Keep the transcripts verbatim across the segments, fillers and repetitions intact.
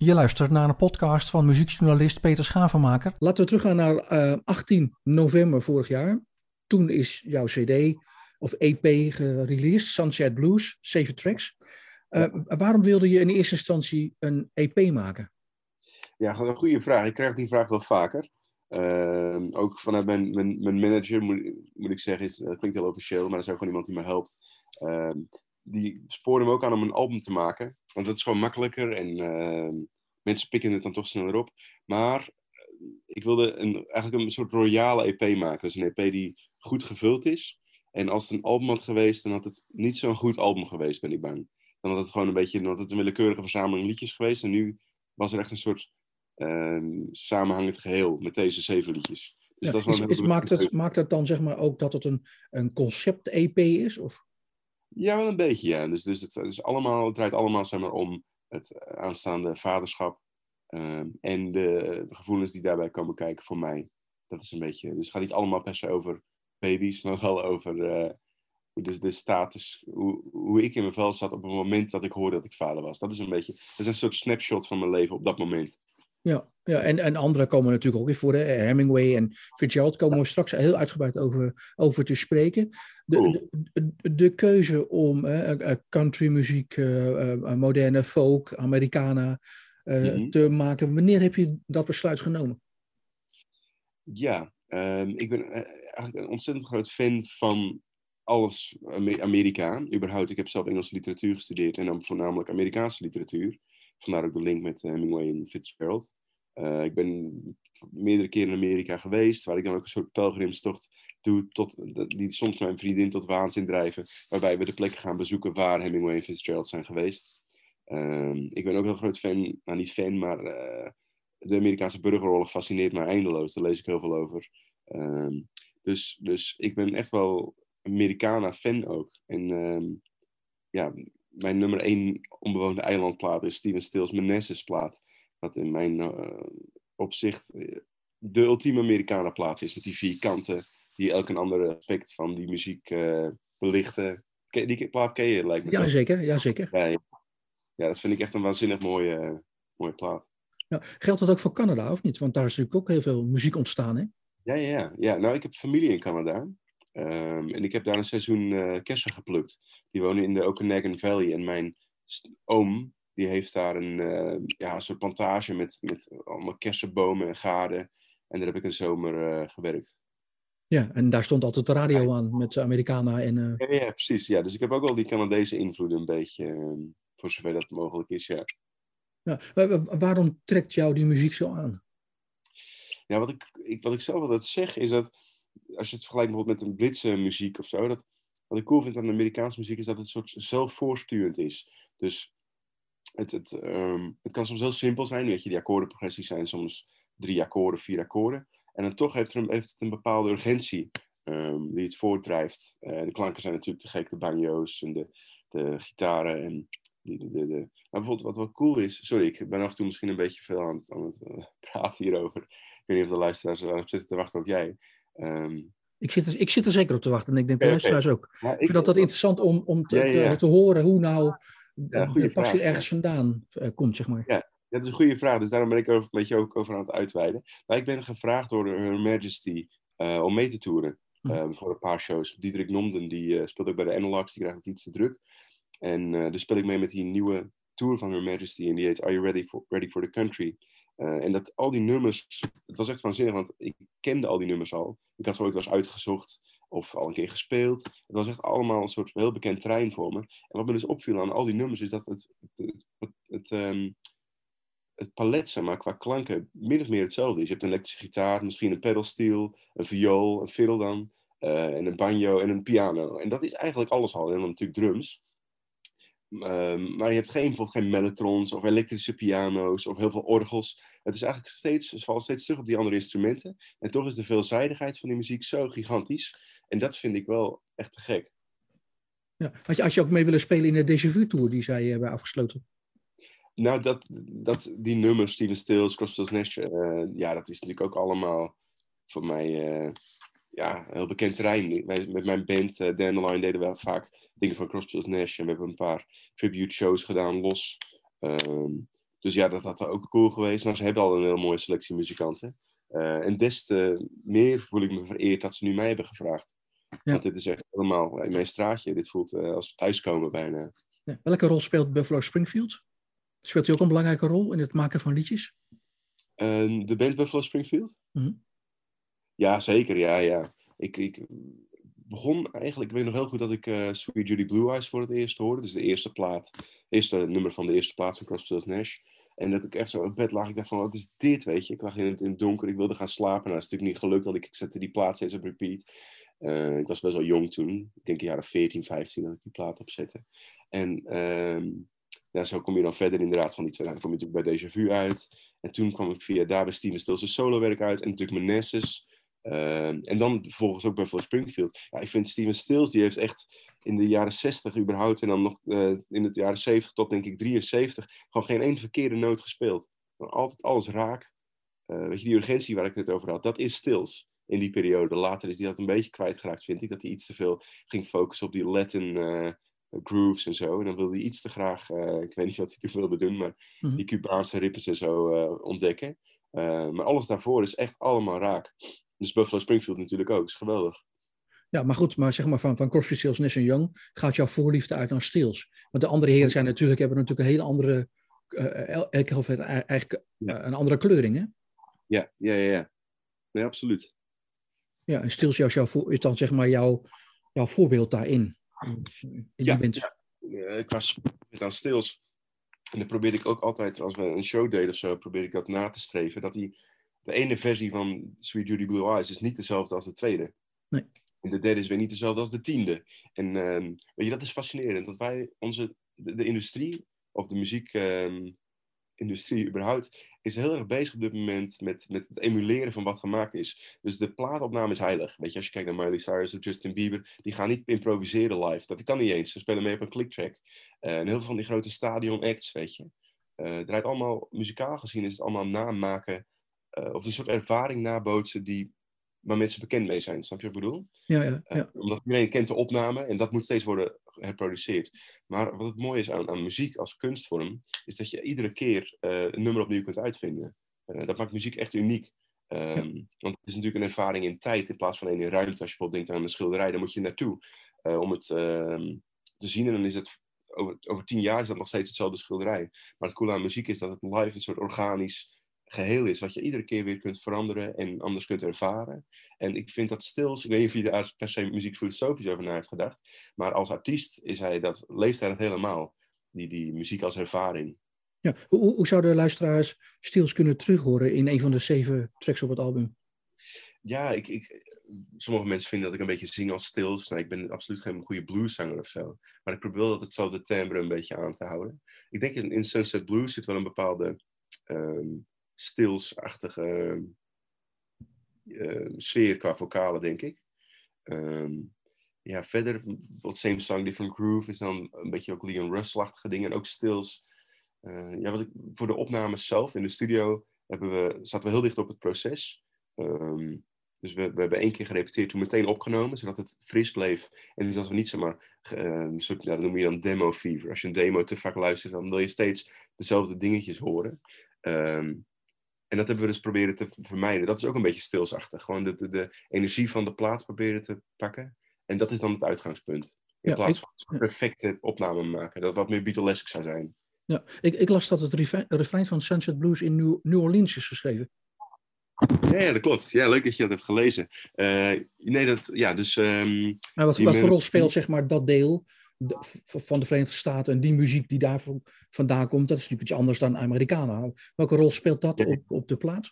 Je luistert naar een podcast van muziekjournalist Peter Schavenmaker. Laten we teruggaan naar uh, achttien november vorig jaar. Toen is jouw cd of E P gereleased, Sunset Blues, zeven tracks. Uh, ja. Waarom wilde je in eerste instantie een E P maken? Ja, een goede vraag. Ik krijg die vraag wel vaker. Uh, ook vanuit mijn, mijn, mijn manager, moet, moet ik zeggen, is, dat klinkt heel officieel, maar dat is ook gewoon iemand die me helpt. Uh, die spoorde me ook aan om een album te maken. Want dat is gewoon makkelijker en uh, mensen pikken het dan toch sneller op. Maar ik wilde een, eigenlijk een soort royale E P maken. Dus een E P die goed gevuld is. En als het een album had geweest, dan had het niet zo'n goed album geweest, ben ik bang. Dan had het gewoon een beetje, dan had het een willekeurige verzameling liedjes geweest. En nu was er echt een soort uh, samenhangend geheel met deze zeven liedjes. Dus ja, dat is wel is, is, maakt, het, maakt het dan zeg maar ook dat het een, een concept-E P is? Of? Ja, wel een beetje, ja. Dus, dus het, het, is allemaal, het draait allemaal zeg maar, om het aanstaande vaderschap. Um, en de gevoelens die daarbij komen kijken voor mij. Dat is een beetje... Dus het gaat niet allemaal per se over baby's, maar wel over uh, dus de status... Hoe, hoe ik in mijn vel zat op het moment dat ik hoorde dat ik vader was. Dat is een beetje... Dat is een soort snapshot van mijn leven op dat moment. Ja, ja en, en anderen komen natuurlijk ook weer voor. Hè? Hemingway en Fitzgerald komen we straks heel uitgebreid over, over te spreken. De, cool. de, de, de keuze om uh, countrymuziek, uh, uh, moderne folk, Americana uh, mm-hmm. te maken. Wanneer heb je dat besluit genomen? Ja, um, ik ben uh, eigenlijk een ontzettend groot fan van alles Amerika. Überhaupt, ik heb zelf Engelse literatuur gestudeerd en dan voornamelijk Amerikaanse literatuur. Vandaar ook de link met Hemingway en Fitzgerald. Uh, ik ben meerdere keren in Amerika geweest, waar ik dan ook een soort pelgrimstocht doe, tot, die soms mijn vriendin tot waanzin drijven, waarbij we de plekken gaan bezoeken waar Hemingway en Fitzgerald zijn geweest. Uh, ik ben ook een heel groot fan, nou niet fan, maar uh, de Amerikaanse burgeroorlog fascineert mij eindeloos, daar lees ik heel veel over. Uh, dus, dus ik ben echt wel Americana-fan ook. En uh, ja... Mijn nummer één onbewoonde eilandplaat is Steven Stills Manassas plaat. Wat in mijn uh, opzicht uh, de ultieme Americana plaat is. Met die vier kanten die elk een ander aspect van die muziek uh, belichten. Ken, die plaat ken je, lijkt me. Ja, zeker. Ja, zeker. Ja, ja. ja, dat vind ik echt een waanzinnig mooie, uh, mooie plaat. Ja, geldt dat ook voor Canada of niet? Want daar is natuurlijk ook heel veel muziek ontstaan, hè? Ja, ja, ja. ja nou, ik heb familie in Canada. Um, en ik heb daar een seizoen uh, kersen geplukt. Die wonen in de Okanagan Valley. En mijn st- oom, die heeft daar een, uh, ja, een soort plantage met, met allemaal kersenbomen en gaarden. En daar heb ik een zomer uh, gewerkt. Ja, en daar stond altijd de radio aan met Americana en... Uh... Ja, ja, precies. Ja. Dus ik heb ook al die Canadese invloeden een beetje, uh, voor zover dat mogelijk is, ja. Ja, waarom trekt jou die muziek zo aan? Ja, wat ik, ik, wat ik zelf altijd zeg is dat... Als je het vergelijkt bijvoorbeeld met een Britse muziek of zo, dat, wat ik cool vind aan de Amerikaanse muziek is dat het een soort zelfvoortstuwend is. Dus het, het, um, het kan soms heel simpel zijn, weet je, die akkoordenprogressies zijn soms drie akkoorden, vier akkoorden. En dan toch heeft, er een, heeft het een bepaalde urgentie um, die het voortdrijft. Uh, de klanken zijn natuurlijk te gek, de banjo's en de, de gitaren en de, de, de, de. Maar bijvoorbeeld wat wel cool is, sorry, ik ben af en toe misschien een beetje veel aan het, aan het uh, praten hierover. Ik weet niet of de luisteraars erop zitten te wachten op jij. Um, ik, zit er, ik zit er zeker op te wachten en ik denk de luisteraars okay. ook. Maar ik vind dat, dat interessant om, om te, ja, ja, ja. Te, te horen hoe nou ja, de passie vraag, ergens ja. vandaan uh, komt, zeg maar. Ja, dat is een goede vraag, dus daarom ben ik er een beetje ook over aan het uitweiden. Maar ik ben gevraagd door Her Majesty uh, om mee te toeren uh, hm. voor een paar shows. Diederik Nomden, die uh, speelt ook bij de Analogs, die krijgt het iets te druk. En uh, dus speel ik mee met die nieuwe tour van Her Majesty en die heet Are You Ready for, Ready for the Country? Uh, en dat al die nummers, het was echt waanzinnig, want ik kende al die nummers al. Ik had ze ooit wel eens uitgezocht of al een keer gespeeld. Het was echt allemaal een soort heel bekend terrein voor me. En wat me dus opviel aan al die nummers is dat het, het, het, het, um, het palet, zeg maar, qua klanken min of meer hetzelfde is. Je hebt een elektrische gitaar, misschien een pedalsteel, een viool, een fiddle dan, uh, en een banjo en een piano. En dat is eigenlijk alles al. En dan natuurlijk drums. Um, maar je hebt geen, bijvoorbeeld geen mellotrons of elektrische piano's of heel veel orgels. Het is eigenlijk steeds, het valt steeds terug op die andere instrumenten. En toch is de veelzijdigheid van die muziek zo gigantisch. En dat vind ik wel echt te gek. Ja. Had je, had je ook mee willen spelen in de Déjà Vu Tour die zij hebben afgesloten? Nou, dat, dat, die nummers, Steven Stills, Crosby, Nash, uh, ja, dat is natuurlijk ook allemaal voor mij... Uh, Ja, een heel bekend terrein. Wij, met mijn band uh, Dandelion deden we vaak dingen van Crosby, Nash. En we hebben een paar tribute shows gedaan los. Um, Dus ja, dat had ook cool geweest. Maar ze hebben al een heel mooie selectie muzikanten. Uh, en des te meer voel ik me vereerd dat ze nu mij hebben gevraagd. Ja. Want dit is echt helemaal in mijn straatje. Dit voelt uh, als we thuiskomen bijna. Ja. Welke rol speelt Buffalo Springfield? Speelt hij ook een belangrijke rol in het maken van liedjes? Uh, de band Buffalo Springfield? Mm-hmm. Ja, zeker. Ja, ja. Ik, ik begon eigenlijk, ik weet nog heel goed dat ik uh, Sweet Judy Blue Eyes voor het eerst hoorde. Dus de eerste plaat, eerste nummer van de eerste plaat van Crosby, Stills, Nash. En dat ik echt zo op bed lag. Ik dacht van, wat is dit, weet je? Ik lag in het, in het donker, ik wilde gaan slapen. Nou, dat is natuurlijk niet gelukt, want ik, ik zette die plaat steeds op repeat. Uh, ik was best wel jong toen. Ik denk jaren veertien, vijftien dat ik die plaat opzette. En um, ja, zo kom je dan verder inderdaad van die twee. Dan kom je natuurlijk bij Déjà Vu uit. En toen kwam ik via daar bij Steven Stills' solowerk uit. En natuurlijk Manassas. Uh, en dan vervolgens ook Buffalo Springfield. Ja, ik vind Steven Stills, die heeft echt in de jaren zestig überhaupt en dan nog uh, in de jaren zeventig tot denk ik drieënzeventig gewoon geen één verkeerde noot gespeeld. Gewoon altijd alles raak. Uh, weet je, die urgentie waar ik het over had, dat is Stills in die periode. Later is die dat een beetje kwijtgeraakt, vind ik. Dat hij iets te veel ging focussen op die Latin uh, grooves en zo. En dan wilde hij iets te graag, uh, ik weet niet wat hij toen wilde doen, maar mm-hmm. die Cubaanse rippers en zo uh, ontdekken. Uh, maar alles daarvoor is echt allemaal raak. Dus Buffalo Springfield natuurlijk ook, is geweldig. Ja, maar goed, maar zeg maar van, van Crosby, Stills, Nash en Young gaat jouw voorliefde uit naar Stills. Want de andere heren zijn natuurlijk, hebben natuurlijk een hele andere, uh, elke geval eigenlijk uh, ja. een andere kleuring, hè? Ja, ja, ja, ja. Nee, absoluut. Ja, en Stills jou, jou, is dan zeg maar jouw, jouw voorbeeld daarin. In ja, ja. Uh, ik was aan Stills. En dan probeerde ik ook altijd, als we een show deden of zo, probeerde ik dat na te streven. Dat die, de ene versie van Sweet Judy Blue Eyes is niet dezelfde als de tweede. Nee. En de derde is weer niet dezelfde als de tiende. En um, weet je, dat is fascinerend. Dat wij, onze, de, de industrie, of de muziekindustrie um, überhaupt, is heel erg bezig op dit moment met, met het emuleren van wat gemaakt is. Dus de plaatopname is heilig. Weet je, als je kijkt naar Miley Cyrus of Justin Bieber, die gaan niet improviseren live. Dat kan niet eens. Ze spelen mee op een clicktrack. Uh, en heel veel van die grote stadion acts, weet je. Uh, het draait allemaal, muzikaal gezien is het allemaal namaken, uh, of een soort ervaring nabootsen die... waar mensen bekend mee zijn, snap je wat ik bedoel? Ja, ja, ja. Uh, omdat iedereen kent de opname en dat moet steeds worden herproduceerd. Maar wat het mooie is aan, aan muziek als kunstvorm, is dat je iedere keer uh, een nummer opnieuw kunt uitvinden. Uh, dat maakt muziek echt uniek. Um, ja. Want het is natuurlijk een ervaring in tijd in plaats van in ruimte. Als je bijvoorbeeld denkt aan een schilderij, dan moet je naartoe uh, om het uh, te zien. En dan is het over, over tien jaar is dat nog steeds hetzelfde schilderij. Maar het coole aan muziek is dat het live een soort organisch geheel is, wat je iedere keer weer kunt veranderen en anders kunt ervaren. En ik vind dat Stills, ik weet niet of je daar per se muziekfilosofisch over na heeft gedacht, maar als artiest is hij dat, leeft hij dat helemaal, die, die muziek als ervaring. Ja, hoe, hoe zouden luisteraars Stills kunnen terughoren in een van de zeven tracks op het album? Ja, ik, ik, sommige mensen vinden dat ik een beetje zing als Stills. Nou, ik ben absoluut geen goede blueszanger of zo. Maar ik probeer dat hetzelfde timbre een beetje aan te houden. Ik denk in, in Sunset Blues zit wel een bepaalde um, Stills-achtige uh, sfeer qua vocalen, denk ik. Um, ja, verder, wat Same Song, Different Groove is dan een beetje ook Leon Russell-achtige dingen. En ook Stills. Uh, ja, wat ik, voor de opnames zelf in de studio hebben we, zaten we heel dicht op het proces. Um, dus we, we hebben één keer gerepeteerd, toen meteen opgenomen, zodat het fris bleef. En dat we niet zomaar, uh, een soort, ja, dat noem je dan demo fever. Als je een demo te vaak luistert, dan wil je steeds dezelfde dingetjes horen. Um, en dat hebben we dus proberen te vermijden. Dat is ook een beetje Stills-achtig. Gewoon de, de, de energie van de plaat proberen te pakken. En dat is dan het uitgangspunt. In ja, plaats ik, van een perfecte opname maken. Dat wat meer Beatlesk zou zijn. Ja, ik, ik las dat het refrein van Sunset Blues in New, New Orleans is geschreven. Ja, ja, dat klopt. Ja, leuk dat je dat hebt gelezen. Uh, nee, dat, ja, dus... Um, maar wat, wat voor rol speelt, zeg maar, dat deel de, van de Verenigde Staten en die muziek die daar vandaan komt, dat is natuurlijk iets anders dan Amerikanen. Welke rol speelt dat ja. op, op de plaat?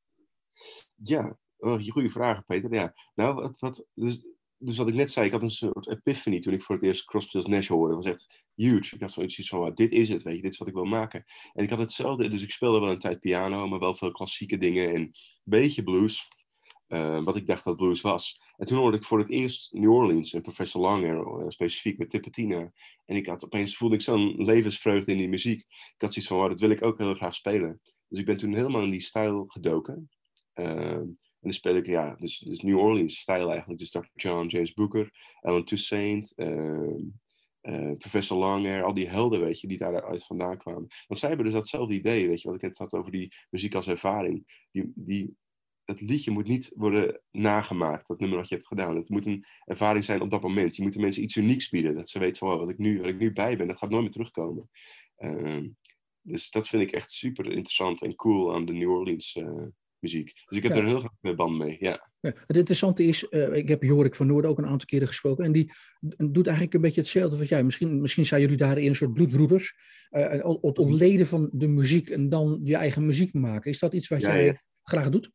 Ja, oh, goede vraag, Peter. Ja. Nou, wat, wat, dus, dus wat ik net zei, ik had een soort epiphany toen ik voor het eerst Crosby, Stills, Nash hoorde. Dat was echt huge. Ik had zoiets van, dit is het, weet je, dit is wat ik wil maken. En ik had hetzelfde, dus ik speelde wel een tijd piano, maar wel veel klassieke dingen en een beetje blues. Uh, wat ik dacht dat blues was. En toen hoorde ik voor het eerst New Orleans en Professor Longhair, uh, specifiek met Tippetina. En ik had opeens voelde ik zo'n levensvreugde in die muziek. Ik had zoiets van, wow, dat wil ik ook heel graag spelen. Dus ik ben toen helemaal in die stijl gedoken. Uh, en dan speel ik, ja, dus, dus New Orleans stijl eigenlijk. Dus doctor John, James Booker, Alan Toussaint, uh, uh, Professor Longhair, al die helden, weet je, die daaruit vandaan kwamen. Want zij hebben dus datzelfde idee, weet je, wat ik net had over die muziek als ervaring. Die, die, dat liedje moet niet worden nagemaakt, dat nummer wat je hebt gedaan. Het moet een ervaring zijn op dat moment. Je moet de mensen iets unieks bieden, dat ze weten van, oh, wat, ik nu, wat ik nu bij ben, dat gaat nooit meer terugkomen. Uh, dus dat vind ik echt super interessant en cool aan de New Orleans uh, muziek. Dus ik heb ja. er een heel graag band mee, ja. Ja, het interessante is, uh, ik heb Jorik van Noorden ook een aantal keren gesproken en die doet eigenlijk een beetje hetzelfde wat jij. Misschien, misschien zijn jullie daarin een soort bloedbroeders. Uh, het ontleden van de muziek en dan je eigen muziek maken. Is dat iets wat ja, jij ja. graag doet?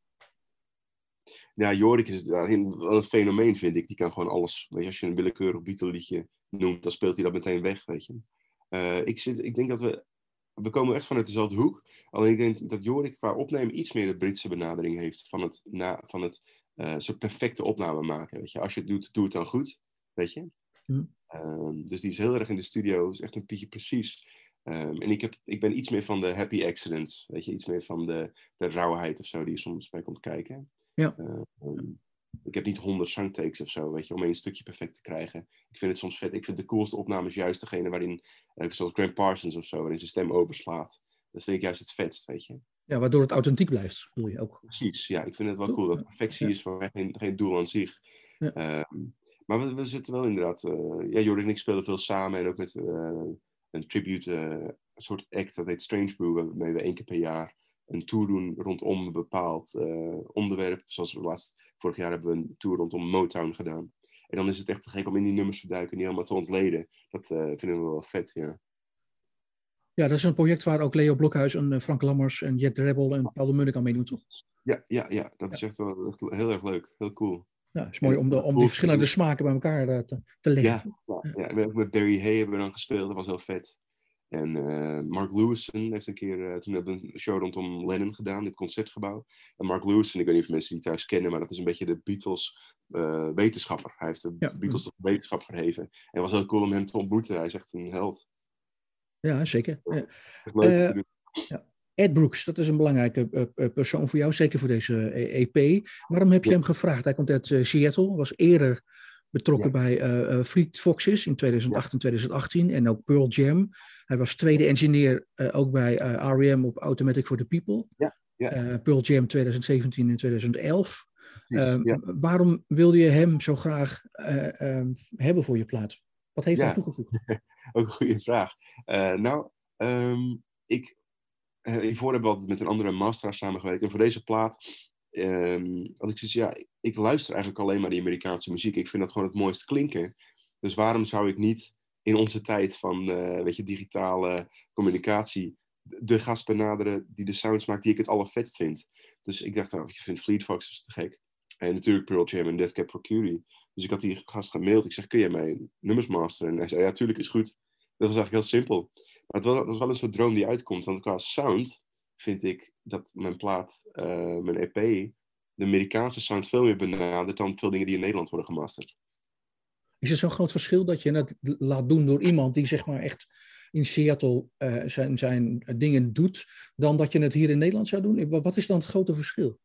Ja, Jorik is daarin wel een fenomeen, vind ik. Die kan gewoon alles. Weet je, als je een willekeurig Beatle-liedje noemt, dan speelt hij dat meteen weg, weet je. Uh, ik, zit, ik denk dat we... We komen echt vanuit dezelfde hoek. Alleen ik denk dat Jorik qua opnemen iets meer de Britse benadering heeft. Van het, na, van het uh, soort perfecte opname maken. Weet je. Als je het doet, doe het dan goed. Weet je. Mm. Um, dus die is heel erg in de studio. Is echt een pietje precies. Um, en ik, heb, ik ben iets meer van de happy accidents. Weet je. Iets meer van de, de rauwheid of zo die je soms bij komt kijken. Ja. Uh, um, ik heb niet honderd zangtakes of zo, weet je, om één stukje perfect te krijgen. Ik vind het soms vet. Ik vind de coolste opnames juist degene waarin, uh, zoals Graham Parsons of zo, waarin zijn stem overslaat. Dat vind ik juist het vetst, weet je. Ja, waardoor het authentiek blijft, bedoel je ook. Precies, ja. Ik vind het wel cool. Dat perfectie ja. is voor mij geen, geen doel aan zich. Ja. Um, maar we, we zitten wel inderdaad... Uh, ja, Jordi en ik spelen veel samen. En ook met uh, een tribute, uh, een soort act, dat heet Strange Brew, waarmee we één keer per jaar een tour doen rondom een bepaald uh, onderwerp. Zoals we laatst, vorig jaar hebben we een tour rondom Motown gedaan. En dan is het echt te gek om in die nummers te duiken en die helemaal te ontleden. Dat uh, vinden we wel vet, ja. Ja, dat is een project waar ook Leo Blokhuis en uh, Frank Lammers en Jack de Rebel en Paul de Munnik aan meedoen, toch? Ja, ja, ja, dat ja. is echt wel echt heel erg leuk. Heel cool. Ja, het is mooi om, de, om die verschillende smaken bij elkaar uh, te, te leggen. Ja, ja, ja. ja, met Barry Hay hebben we dan gespeeld. Dat was heel vet. En uh, Mark Lewison heeft een keer, uh, toen hebben we een show rondom Lennon gedaan, in het Concertgebouw. En Mark Lewison, ik weet niet of mensen die thuis kennen, maar dat is een beetje de Beatles uh, wetenschapper. Hij heeft de ja. Beatles tot wetenschap verheven. En het was heel cool om hem te ontmoeten. Hij is echt een held. Ja, zeker. Ja. Leuk uh, ja. Ed Brooks, dat is een belangrijke uh, persoon voor jou, zeker voor deze E P. Waarom heb je ja. hem gevraagd? Hij komt uit uh, Seattle, was eerder betrokken ja. bij uh, uh, Fleet Foxes in tweeduizend acht ja. en tweeduizend achttien en ook Pearl Jam. Hij was tweede engineer uh, ook bij uh, R E M op Automatic for the People. Ja. Ja. Uh, Pearl Jam tweeduizend zeventien en tweeduizend elf. Uh, ja. Waarom wilde je hem zo graag uh, uh, hebben voor je plaat? Wat heeft ja. hij toegevoegd? Ook een goede vraag. Uh, nou, um, ik, uh, hiervoor hebben we altijd met een andere masteraar samengewerkt. En voor deze plaat um, had ik zoiets, ja, ik luister eigenlijk alleen maar die Amerikaanse muziek. Ik vind dat gewoon het mooiste klinken. Dus waarom zou ik niet in onze tijd van uh, weet je, digitale communicatie de gast benaderen die de sounds maakt die ik het allervetst vind. Dus ik dacht, nou, ik vind Fleet Foxes te gek. En natuurlijk Pearl Jam en Death Cab for Cutie. Dus ik had die gast gemaild. Ik zeg, kun jij mij nummers masteren? En hij zei, ja, tuurlijk, is goed. Dat was eigenlijk heel simpel. Maar het was, het was wel een soort droom die uitkomt. Want qua sound vind ik dat mijn plaat, uh, mijn E P, de Amerikaanse sound veel meer benadert dan veel dingen die in Nederland worden gemasterd. Is er zo'n groot verschil dat je het laat doen door iemand die zeg maar echt in Seattle uh, zijn, zijn dingen doet, dan dat je het hier in Nederland zou doen? Wat is dan het grote verschil?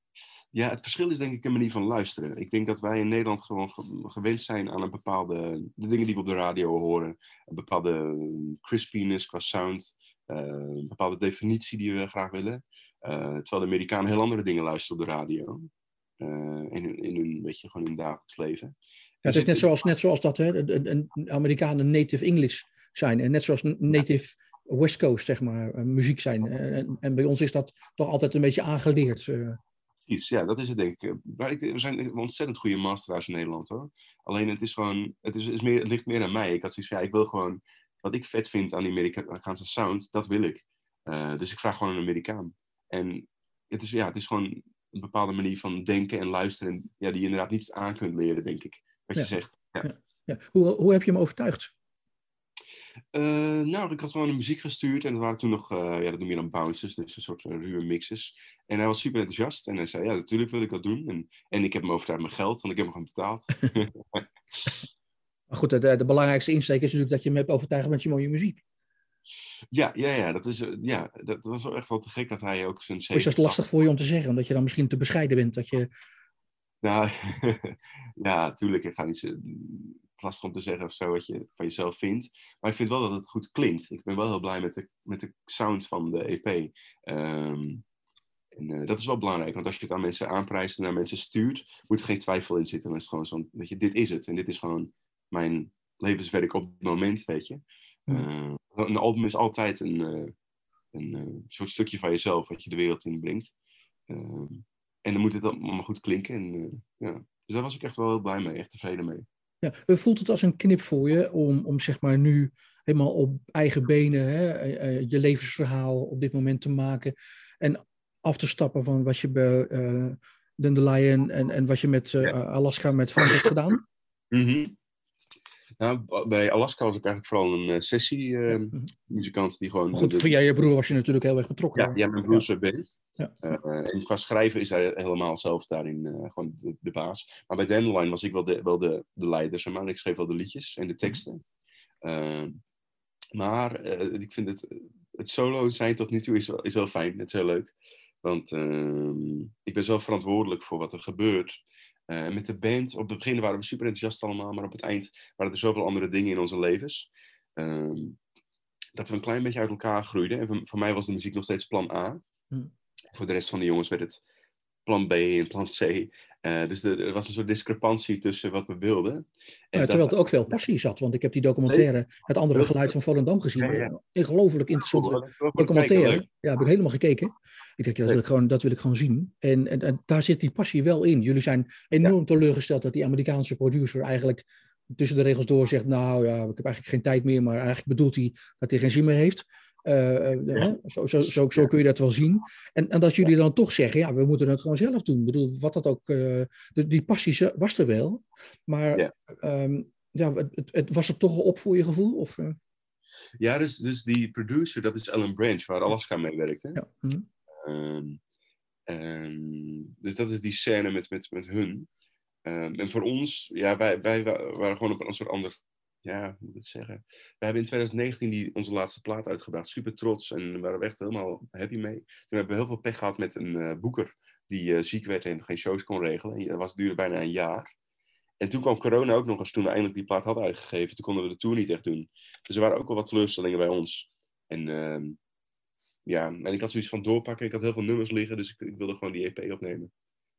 Ja, het verschil is denk ik een manier van luisteren. Ik denk dat wij in Nederland gewoon ge- gewend zijn aan een bepaalde... de dingen die we op de radio horen. Een bepaalde crispiness qua sound. Uh, een bepaalde definitie die we graag willen. Uh, terwijl de Amerikanen heel andere dingen luisteren op de radio. Uh, in, hun, in hun, weet je, gewoon in hun dagelijks leven. Ja, het is net zoals, net zoals dat, hè, een, een Amerikanen native English zijn. En net zoals native West Coast, zeg maar, muziek zijn. En, en bij ons is dat toch altijd een beetje aangeleerd. Uh. Iets, ja, dat is het denk ik. Maar ik. We zijn ontzettend goede masteraars in Nederland, hoor. Alleen het is gewoon, het, is, is meer, het ligt meer aan mij. Ik had zoiets van, ja, ik wil gewoon, wat ik vet vind aan die Amerikaanse sound, dat wil ik. Uh, dus ik vraag gewoon een Amerikaan. En het is, ja, het is gewoon een bepaalde manier van denken en luisteren, ja, die je inderdaad niet aan kunt leren, denk ik. Wat ja. je zegt. Ja. Ja. Ja. Hoe, hoe heb je hem overtuigd? Uh, nou, ik had gewoon een muziek gestuurd en dat waren toen nog, uh, ja, dat noem je dan bounces, dus een soort uh, ruwe mixes. En hij was super enthousiast en hij zei, ja, natuurlijk wil ik dat doen. En, en ik heb hem overtuigd met geld, want ik heb hem gewoon betaald. Maar goed, de, de belangrijkste insteek is natuurlijk dat je hem hebt overtuigd met je mooie muziek. Ja, ja, ja, dat, is, uh, ja, dat was wel echt wel te gek dat hij ook zijn... Of is dat lastig voor je om te zeggen, omdat je dan misschien te bescheiden bent? Dat je... Nou, ja, tuurlijk, ik ga niet... lastig om te zeggen of zo wat je van jezelf vindt. Maar ik vind wel dat het goed klinkt. Ik ben wel heel blij met de, met de sound van de E P. Um, en uh, dat is wel belangrijk, want als je het aan mensen aanprijst en naar mensen stuurt, moet er geen twijfel in zitten. Dan is het gewoon zo'n, weet je, dit is het. En dit is gewoon mijn levenswerk op het moment, weet je. Uh, een album is altijd een, uh, een uh, soort stukje van jezelf wat je de wereld in brengt. Uh, en dan moet het allemaal goed klinken. En, uh, ja. Dus daar was ik echt wel heel blij mee, echt tevreden mee. Ja, voelt het als een knip voor je om, om zeg maar nu helemaal op eigen benen hè, je levensverhaal op dit moment te maken en af te stappen van wat je bij uh, Dandelion en, en wat je met uh, ja. Alaska met Frans hebt gedaan? Mm-hmm. Nou, bij Alaska was ik eigenlijk vooral een uh, sessie-muzikant uh, ja. die gewoon... Goed, de, via je broer was je natuurlijk heel erg betrokken. Ja, ja mijn broer is ja. band. Ja. Uh, en qua schrijven is hij helemaal zelf daarin uh, gewoon de, de baas. Maar bij Dandelion was ik wel de, wel de, de leider, zeg maar. Ik schreef wel de liedjes en de teksten. Uh, maar uh, ik vind het, het solo zijn tot nu toe is, is wel fijn. Het is heel leuk. Want uh, ik ben zelf verantwoordelijk voor wat er gebeurt. Uh, met de band, op het begin waren we super enthousiast allemaal, maar op het eind waren er zoveel andere dingen in onze levens. Uh, dat we een klein beetje uit elkaar groeiden. En voor, voor mij was de muziek nog steeds plan A. Hmm. Voor de rest van de jongens werd het plan B en plan C. Uh, dus er, er was een soort discrepantie tussen wat we wilden. En ja, terwijl dat, er ook veel passie zat. Want ik heb die documentaire Het Andere Geluid van Volendam gezien. Ja, ja. Ongelooflijk interessante oh, documentaire. Kijken, ja, heb ik helemaal gekeken. Ik denk, ja, dat, wil ik gewoon, dat wil ik gewoon zien. En, en, en daar zit die passie wel in. Jullie zijn enorm ja. teleurgesteld dat die Amerikaanse producer eigenlijk tussen de regels door zegt, nou ja, ik heb eigenlijk geen tijd meer. Maar eigenlijk bedoelt hij dat hij geen zin meer heeft. Uh, ja. zo, zo, zo, zo kun je dat wel zien. En, en dat jullie dan toch zeggen, ja, we moeten het gewoon zelf doen. Ik bedoel, wat dat ook... Uh, dus die passie was er wel. Maar ja. Um, ja, het, het, het, was het toch op voor je gevoel? Of, uh... Ja, dus, dus die producer, dat is Alan Branch, waar Alaska mee werkte. Ja. Mm-hmm. Um, um, dus dat is die scène met, met, met hun. Um, en voor ons, ja, wij, wij waren gewoon op een soort ander... Ja, hoe moet ik het zeggen? We hebben in twintig negentien die, onze laatste plaat uitgebracht. Super trots en waren we echt helemaal happy mee. Toen hebben we heel veel pech gehad met een uh, boeker die uh, ziek werd en geen shows kon regelen. En dat was, duurde bijna een jaar. En toen kwam corona ook nog eens toen we eindelijk die plaat hadden uitgegeven. Toen konden we de tour niet echt doen. Dus er waren ook wel wat teleurstellingen bij ons. En uh, ja, en ik had zoiets van doorpakken. Ik had heel veel nummers liggen, dus ik, ik wilde gewoon die E P opnemen.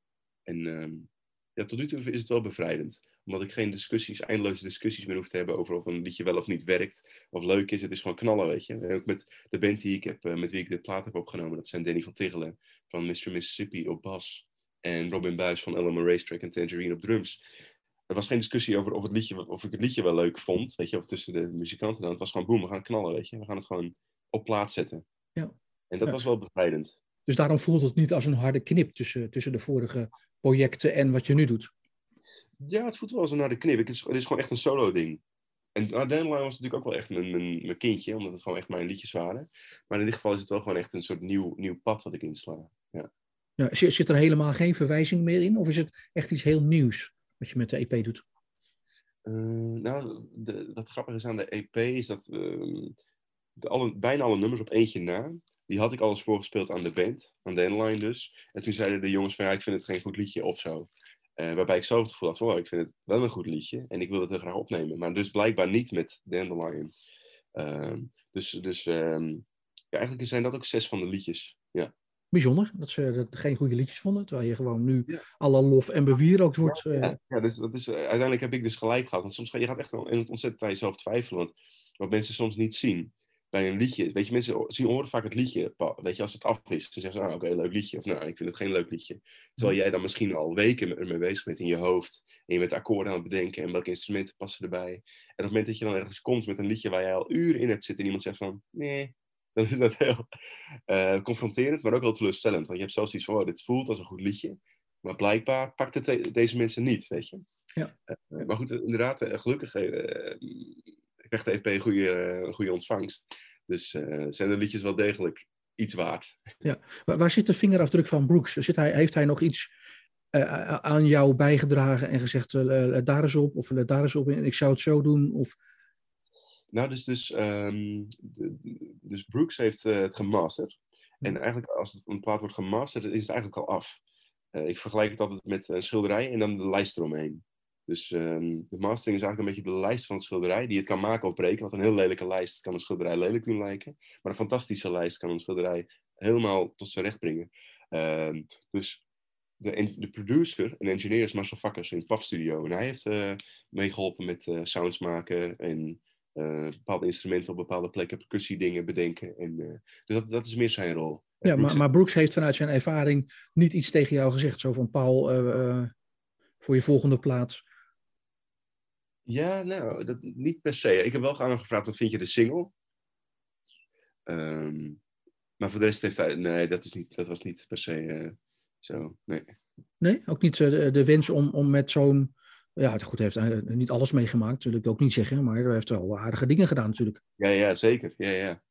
En uh, ja, tot nu toe is het wel bevrijdend. Omdat ik geen discussies, eindeloze discussies meer hoef te hebben over of een liedje wel of niet werkt. Of leuk is. Het is gewoon knallen, weet je. En ook met de band die ik heb, uh, met wie ik dit plaat heb opgenomen. Dat zijn Danny van Tichelen van mister Mississippi op bas. En Robin Buijs van L M A Racetrack en Tangerine op drums. Er was geen discussie over of, het liedje, of ik het liedje wel leuk vond. Weet je, of tussen de muzikanten dan. Het was gewoon boem, we gaan knallen, weet je. We gaan het gewoon op plaat zetten. Ja. En dat ja. was wel bevrijdend. Dus daarom voelt het niet als een harde knip tussen, tussen de vorige projecten en wat je nu doet. Ja, het voelt wel als een harde knip. Het is, het is gewoon echt een solo ding. En Dandelion was natuurlijk ook wel echt mijn, mijn, mijn kindje, omdat het gewoon echt mijn liedjes waren. Maar in dit geval is het wel gewoon echt een soort nieuw, nieuw pad wat ik insla. Ja. Ja, zit, zit er helemaal geen verwijzing meer in? Of is het echt iets heel nieuws wat je met de E P doet? Uh, nou, de, wat grappig is aan de E P is dat uh, de alle, bijna alle nummers op eentje na, die had ik alles voorgespeeld aan de band, aan Dandelion dus. En toen zeiden de jongens van ja, ik vind het geen goed liedje of zo. Uh, waarbij ik zelf het gevoel had van, oh, ik vind het wel een goed liedje en ik wil het heel graag opnemen. Maar dus blijkbaar niet met Dandelion. Uh, dus dus um, ja, eigenlijk zijn dat ook zes van de liedjes. Ja. Bijzonder, dat ze dat geen goede liedjes vonden, terwijl je gewoon nu ja. alle lof en bewierookt wordt. Uh... Ja, ja dus, dat is, uh, uiteindelijk heb ik dus gelijk gehad. Want soms ga je gaat echt ontzettend aan jezelf twijfelen. Want wat mensen soms niet zien bij een liedje. Weet je, mensen zien, horen vaak het liedje. Weet je, als het af is. Ze zeggen, ah, oké, okay, leuk liedje. Of nou, ik vind het geen leuk liedje. Terwijl jij dan misschien al weken ermee bezig bent in je hoofd. En je bent akkoorden aan het bedenken. En welke instrumenten passen erbij. En op het moment dat je dan ergens komt met een liedje waar je al uren in hebt zitten. En iemand zegt van, nee. Dan is dat heel uh, confronterend, maar ook wel teleurstellend. Want je hebt zelfs iets van, oh, dit voelt als een goed liedje. Maar blijkbaar pakt het de- deze mensen niet, weet je. Ja. Uh, maar goed, inderdaad, uh, gelukkig uh, krijgt de E P een goede, uh, goede ontvangst. Dus uh, zijn de liedjes wel degelijk iets waard. Ja. Waar, waar zit de vingerafdruk van Brooks? Zit hij, heeft hij nog iets uh, aan jou bijgedragen en gezegd, uh, let daar eens op, of let daar eens op en ik zou het zo doen? Of... Nou, dus, dus, um, de, dus Brooks heeft uh, het gemasterd. Mm. En eigenlijk als het, een plaat wordt gemasterd, is het eigenlijk al af. Uh, ik vergelijk het altijd met een schilderij en dan de lijst eromheen. Dus um, de mastering is eigenlijk een beetje de lijst van het schilderij, die het kan maken of breken. Want een heel lelijke lijst kan een schilderij lelijk doen lijken. Maar een fantastische lijst kan een schilderij helemaal tot zijn recht brengen. Um, dus de, de producer en engineer is Marcel Vakkers in het P A F Studio. En hij heeft uh, meegeholpen met uh, sounds maken en uh, bepaalde instrumenten op bepaalde plekken, percussiedingen bedenken. En, uh, dus dat, dat is meer zijn rol. Ja, maar, maar Brooks heeft vanuit zijn ervaring niet iets tegen jou gezegd. Zo van, Paul, uh, uh, voor je volgende plaats. Ja, nou, dat niet per se. Ik heb wel aan hem gevraagd, wat vind je de single? Um, maar voor de rest heeft hij... Nee, dat, is niet, dat was niet per se uh, zo, nee. Nee, ook niet uh, de, de wens om, om met zo'n... Ja, goed, hij heeft uh, niet alles meegemaakt, wil ik ook niet zeggen. Maar hij heeft wel aardige dingen gedaan natuurlijk. Ja, ja, zeker. Ja, ja.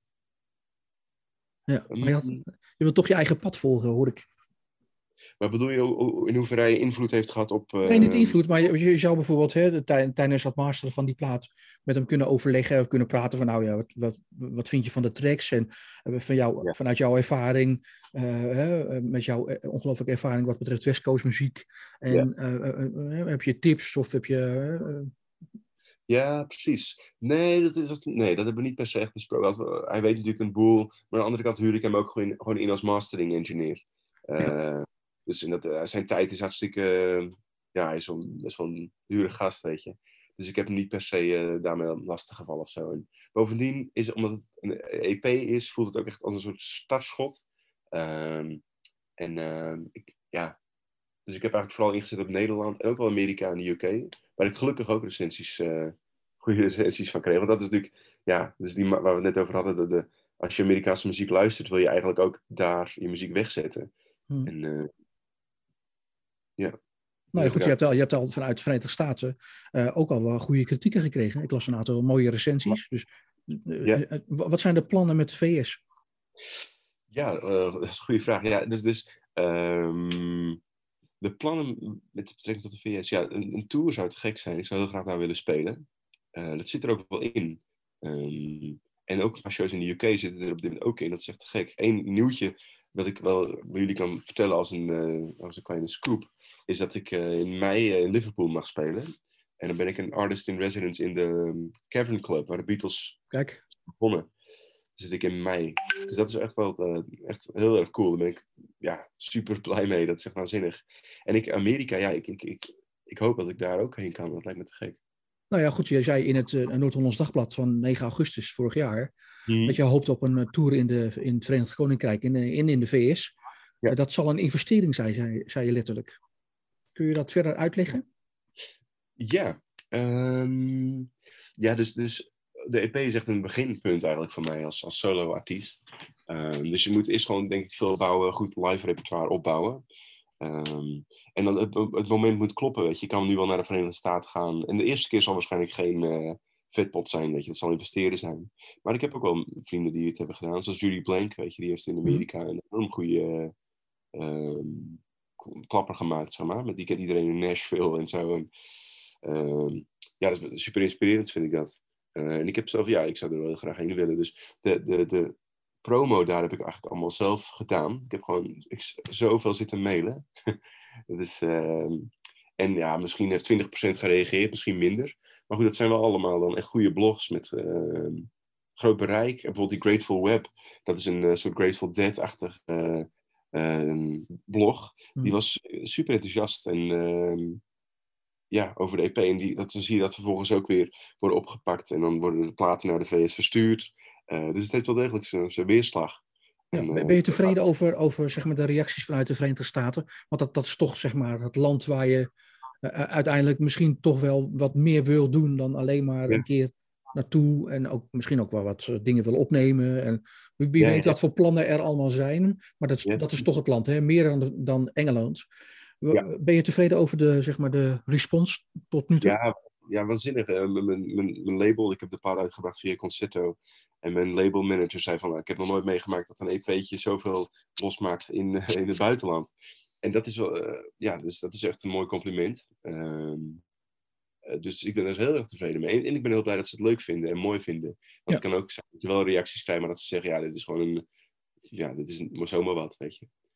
Ja, maar je, had, je wilt toch je eigen pad volgen, hoor ik. Maar bedoel je in hoeverre hij invloed heeft gehad op... Uh... Nee, niet invloed, maar je, je zou bijvoorbeeld hè, tijdens het masteren van die plaat met hem kunnen overleggen of kunnen praten van nou ja, wat, wat, wat vind je van de tracks en van jou, ja. vanuit jouw ervaring, uh, hè, met jouw ongelooflijke ervaring wat betreft West Coast muziek. En ja. uh, uh, uh, heb je tips of heb je... Uh, Ja, precies. Nee dat, is, dat, nee, dat hebben we niet per se echt besproken. Hij weet natuurlijk een boel, maar aan de andere kant huur ik hem ook gewoon, gewoon in als mastering engineer. Uh, ja. Dus in dat, uh, zijn tijd is hartstikke... Uh, ja, hij is wel, best wel een dure gast, weet je. Dus ik heb hem niet per se uh, daarmee lastig gevallen of zo. En bovendien, is, omdat het een E P is, voelt het ook echt als een soort startschot. Uh, en uh, ik, ja... Dus ik heb eigenlijk vooral ingezet op Nederland en ook wel Amerika en de U K. Waar ik gelukkig ook recensies, uh, goede recensies van kreeg. Want dat is natuurlijk, ja, dus die waar we het net over hadden. De, de, als je Amerikaanse muziek luistert, wil je eigenlijk ook daar je muziek wegzetten. Hmm. En uh, ja. Nou ja, goed, je hebt, al, je hebt al vanuit de Verenigde Staten uh, ook al wel goede kritieken gekregen. Ik las een aantal mooie recensies. Dus uh, ja. uh, wat zijn de plannen met de V S? Ja, uh, dat is een goede vraag. Ja, dus... dus um, de plannen met betrekking tot de V S, ja, een, een tour zou te gek zijn. Ik zou heel graag daar willen spelen. Uh, dat zit er ook wel in. Um, en ook als shows in de U K zitten er op dit moment ook in. Dat is echt te gek. Eén nieuwtje wat ik wel bij jullie kan vertellen als een, uh, als een kleine scoop, is dat ik uh, in mei uh, in Liverpool mag spelen. En dan ben ik een artist in residence in de um, Cavern Club, waar de Beatles Kijk. begonnen. Zit ik in mei. Dus dat is echt wel uh, echt heel erg cool. Daar ben ik ja, super blij mee. Dat is echt waanzinnig. En ik, Amerika, ja, ik, ik, ik, ik hoop dat ik daar ook heen kan. Dat lijkt me te gek. Nou ja, goed, je zei in het uh, Noord-Hollands Dagblad van negen augustus vorig jaar, mm-hmm. dat je hoopt op een uh, tour in, de, in het Verenigd Koninkrijk en in, in, in de V S. Ja. Uh, dat zal een investering zijn, zei, zei je letterlijk. Kun je dat verder uitleggen? Ja, um, ja dus, dus de E P is echt een beginpunt eigenlijk voor mij als, als solo-artiest. Um, dus je moet eerst gewoon, denk ik, veel bouwen, goed live repertoire opbouwen. Um, en dan het, het moment moet kloppen, weet je. Je kan nu wel naar de Verenigde Staten gaan. En de eerste keer zal waarschijnlijk geen uh, vetpot zijn, weet je. Dat zal investeren zijn. Maar ik heb ook wel vrienden die het hebben gedaan. Zoals Judy Blank, weet je. Die heeft in Amerika een enorm goede uh, um, klapper gemaakt, zeg maar. Met die kent iedereen in Nashville en zo. En, um, ja, dat is super inspirerend, vind ik dat. Uh, en ik heb zelf, ja, ik zou er wel graag heen willen. Dus de, de, de promo daar heb ik eigenlijk allemaal zelf gedaan. Ik heb gewoon ik, zoveel zitten mailen. Dat is, uh, en ja, misschien heeft twintig procent gereageerd, misschien minder. Maar goed, dat zijn wel allemaal dan echt goede blogs met uh, groot bereik. En bijvoorbeeld die Grateful Web, dat is een uh, soort Grateful Dead-achtig uh, uh, blog. Hmm. Die was super enthousiast en... Uh, ja, over de E P. En die, dat, dan zie je dat vervolgens ook weer worden opgepakt. En dan worden de platen naar de V S verstuurd. Uh, dus het heeft wel degelijk zijn weerslag. Ja, en, ben je tevreden uh, over, over zeg maar, de reacties vanuit de Verenigde Staten? Want dat, dat is toch zeg maar, het land waar je uh, uiteindelijk misschien toch wel wat meer wil doen dan alleen maar ja. een keer naartoe. En ook, misschien ook wel wat uh, dingen wil opnemen. En wie ja, weet ja. wat voor plannen er allemaal zijn. Maar dat is, ja. dat is toch het land, hè? Meer dan, dan Engeland. Ja. Ben je tevreden over de, zeg maar, de respons tot nu toe? Ja, ja waanzinnig. Uh, mijn, mijn, mijn label, ik heb de plaat uitgebracht via Concerto. En mijn labelmanager zei van, ik heb nog nooit meegemaakt dat een E P'tje zoveel losmaakt in, uh, in het buitenland. En dat is wel, uh, ja, dus dat is echt een mooi compliment. Uh, uh, dus ik ben er heel erg tevreden mee. En, en ik ben heel blij dat ze het leuk vinden en mooi vinden. Want ja. Het kan ook zijn dat je wel reacties krijgt, maar dat ze zeggen, ja, dit is gewoon een, ja, dit is een, zomaar wat, weet je.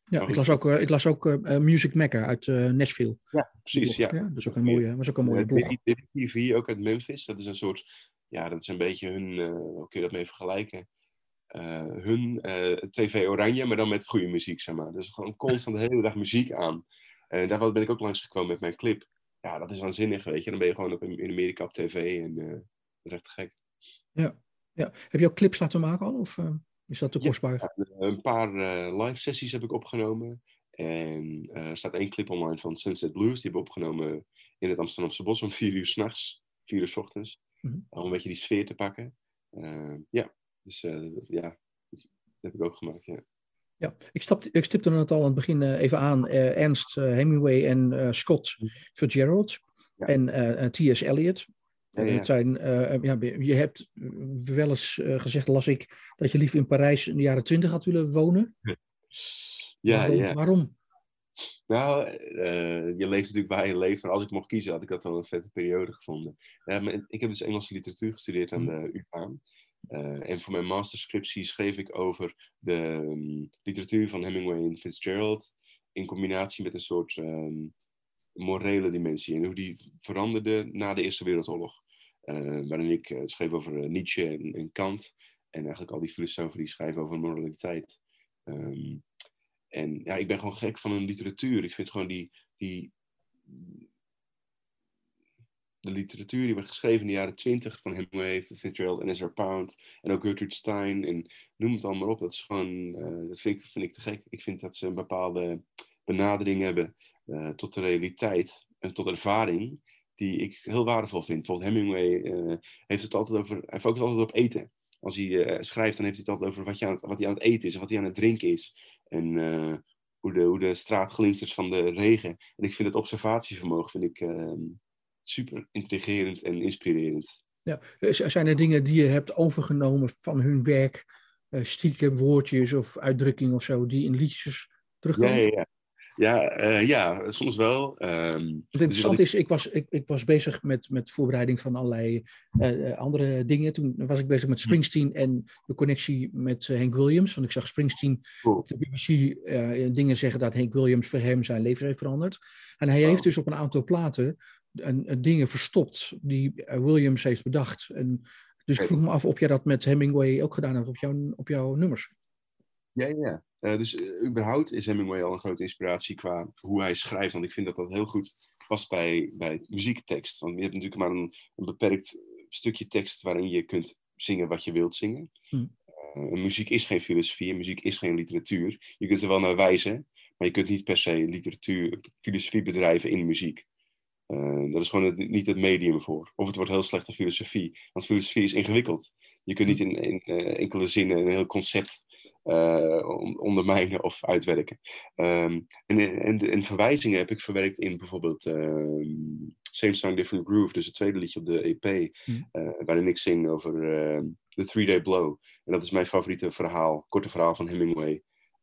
Ja, Maar ik goed, las ook, uh, ik las ook uh, Music Mecca uit uh, Nashville. ja, precies. Ja. Ja, dat is ook een mooie, was ook een mooie uh, blog. T V ook uit Memphis. Dat is een soort, ja, dat is een beetje hun, uh, hoe kun je dat mee vergelijken? Uh, hun uh, T V Oranje, maar dan met goede muziek, zeg maar. Dus gewoon constant de hele dag muziek aan. En uh, daar ben ik ook langsgekomen met mijn clip. Ja, dat is waanzinnig, weet je. Dan ben je gewoon op, in Amerika op tv en uh, dat is echt gek. Ja, ja. Heb je ook clips laten maken al? Of uh, is dat te kostbaar? Ja, een paar uh, live sessies heb ik opgenomen. En uh, er staat één clip online van Sunset Blues. Die hebben we opgenomen in het Amsterdamse bos om vier uur 's nachts. Vier uur 's ochtends. Mm-hmm. Om een beetje die sfeer te pakken. Uh, ja, dus uh, ja, dat heb ik ook gemaakt, ja. Ja, ik, stapte, ik stipte het al aan het begin uh, even aan. Uh, Ernst uh, Hemingway en uh, Scott Fitzgerald. Ja. En uh, T S Eliot. Ja, ja. Het zijn, uh, ja, je hebt wel eens uh, gezegd, las ik, dat je liever in Parijs in de jaren twintig had willen wonen. Ja, waarom? ja. Waarom? Nou, uh, je leeft natuurlijk waar je leeft. Maar als ik mocht kiezen, had ik dat wel een vette periode gevonden. Uh, maar ik heb dus Engelse literatuur gestudeerd aan de U vA. Uh, en voor mijn masterscriptie schreef ik over de um, literatuur van Hemingway en Fitzgerald. In combinatie met een soort um, morele dimensie. En hoe die veranderde na de Eerste Wereldoorlog. Uh, waarin ik uh, schreef over uh, Nietzsche en, en Kant. En eigenlijk al die filosofen die schrijven over moraliteit. Um, en ja, ik ben gewoon gek van hun literatuur. Ik vind gewoon die, die... De literatuur die werd geschreven in de jaren twintig van Hemingway, Fitzgerald en Ezra Pound. En ook Gertrude Stein. En noem het allemaal op. Dat is gewoon... Uh, dat vind ik, vind ik te gek. Ik vind dat ze een bepaalde benadering hebben uh, tot de realiteit. En tot ervaring. Die ik heel waardevol vind. Bijvoorbeeld Hemingway uh, heeft het altijd over... Hij focust altijd op eten. Als hij uh, schrijft, dan heeft hij het altijd over wat, je aan het, wat hij aan het eten is. En wat hij aan het drinken is. En uh, hoe, de, hoe de straat glinstert van de regen. En ik vind het observatievermogen vind ik, uh, super intrigerend en inspirerend. Ja, zijn er dingen die je hebt overgenomen van hun werk? Uh, stiekem woordjes of uitdrukkingen of zo die in liedjes terugkomen? Ja, ja, ja. Ja, uh, ja, soms wel. Um, het interessante dus is, ik was, ik, ik was bezig met, met voorbereiding van allerlei uh, andere dingen. Toen was ik bezig met Springsteen en de connectie met uh, Hank Williams. Want ik zag Springsteen cool. op de B B C uh, dingen zeggen dat Hank Williams voor hem zijn leven heeft veranderd. En hij wow. heeft dus op een aantal platen een, een dingen verstopt die uh, Williams heeft bedacht. En, dus ik vroeg me af of jij dat met Hemingway ook gedaan hebt op, jou, op jouw nummers. Ja, ja. Uh, dus uh, überhaupt is Hemingway al een grote inspiratie qua hoe hij schrijft. Want ik vind dat dat heel goed past bij, bij muziektekst. Want je hebt natuurlijk maar een, een beperkt stukje tekst waarin je kunt zingen wat je wilt zingen. Hmm. Uh, muziek is geen filosofie, muziek is geen literatuur. Je kunt er wel naar wijzen, maar je kunt niet per se literatuur, filosofie bedrijven in muziek. Uh, dat is gewoon het, niet het medium voor. Of het wordt heel slechte filosofie. Want filosofie is ingewikkeld. Je kunt niet in, in uh, enkele zinnen een heel concept uh, ondermijnen of uitwerken. Um, en, en, en verwijzingen heb ik verwerkt in bijvoorbeeld uh, Same Song Different Groove. Dus het tweede liedje op de E P. Mm. Uh, waarin ik zing over uh, The Three Day Blow. En dat is mijn favoriete verhaal. Korte verhaal van Hemingway.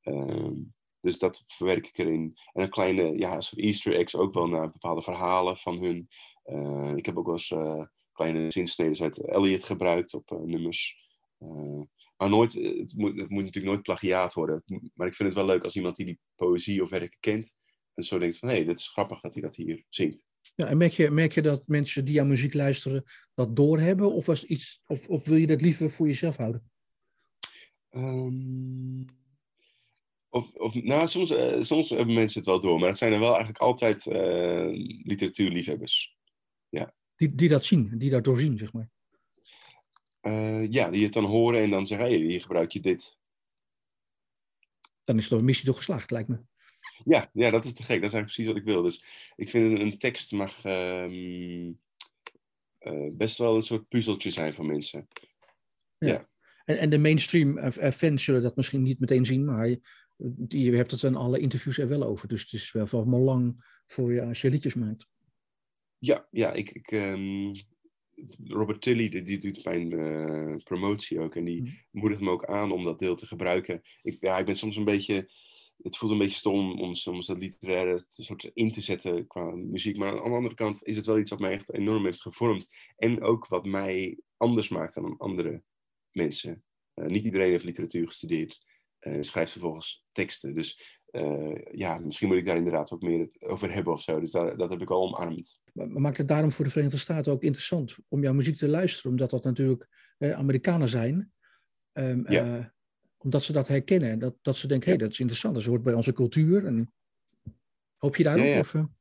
Um, Dus dat verwerk ik erin. En een kleine, ja, soort Easter eggs ook wel naar bepaalde verhalen van hun. Uh, ik heb ook wel eens uh, kleine zinsneden uit Eliot gebruikt op uh, nummers. Uh, maar nooit, het moet, het moet natuurlijk nooit plagiaat worden. Maar ik vind het wel leuk als iemand die die poëzie of werken kent. En zo denkt van, hé, hey, dit is grappig dat hij dat hier zingt. Ja, en merk je, merk je dat mensen die aan muziek luisteren dat doorhebben? Of, was iets, of, of wil je dat liever voor jezelf houden? Um... Of, of, nou, soms, uh, soms hebben mensen het wel door, maar het zijn er wel eigenlijk altijd uh, literatuurliefhebbers. Ja. Die, die dat zien, die dat doorzien, zeg maar. Uh, ja, die het dan horen en dan zeggen, hé, hey, hier gebruik je dit. Dan is de missie toch geslaagd, lijkt me. Ja, ja, dat is te gek. Dat is eigenlijk precies wat ik wil. Dus ik vind een, een tekst mag um, uh, best wel een soort puzzeltje zijn voor mensen. Ja. ja. En, en de mainstream uh, fans zullen dat misschien niet meteen zien, maar je, je hebt het in alle interviews er wel over. Dus het is wel van belang voor je als je liedjes maakt. Ja, ja ik, ik, um, Robert Tilley, die, die doet mijn uh, promotie ook. En die hmm. moedigt me ook aan om dat deel te gebruiken. Ik, ja, ik ben soms een beetje... Het voelt een beetje stom om soms dat literaire soort in te zetten qua muziek. Maar aan de andere kant is het wel iets wat mij echt enorm heeft gevormd. En ook wat mij anders maakt dan andere mensen. Uh, niet iedereen heeft literatuur gestudeerd. En schrijft vervolgens teksten. Dus uh, ja, misschien moet ik daar inderdaad ook meer over hebben of zo. Dus daar, dat heb ik al omarmd. Maar maakt het daarom voor de Verenigde Staten ook interessant om jouw muziek te luisteren? Omdat dat natuurlijk eh, Amerikanen zijn. Um, Ja. uh, omdat ze dat herkennen. Dat, dat ze denken, hé, Ja. hey, dat is interessant. Dat hoort bij onze cultuur. En hoop je Ja, daarop? ja. Of, uh...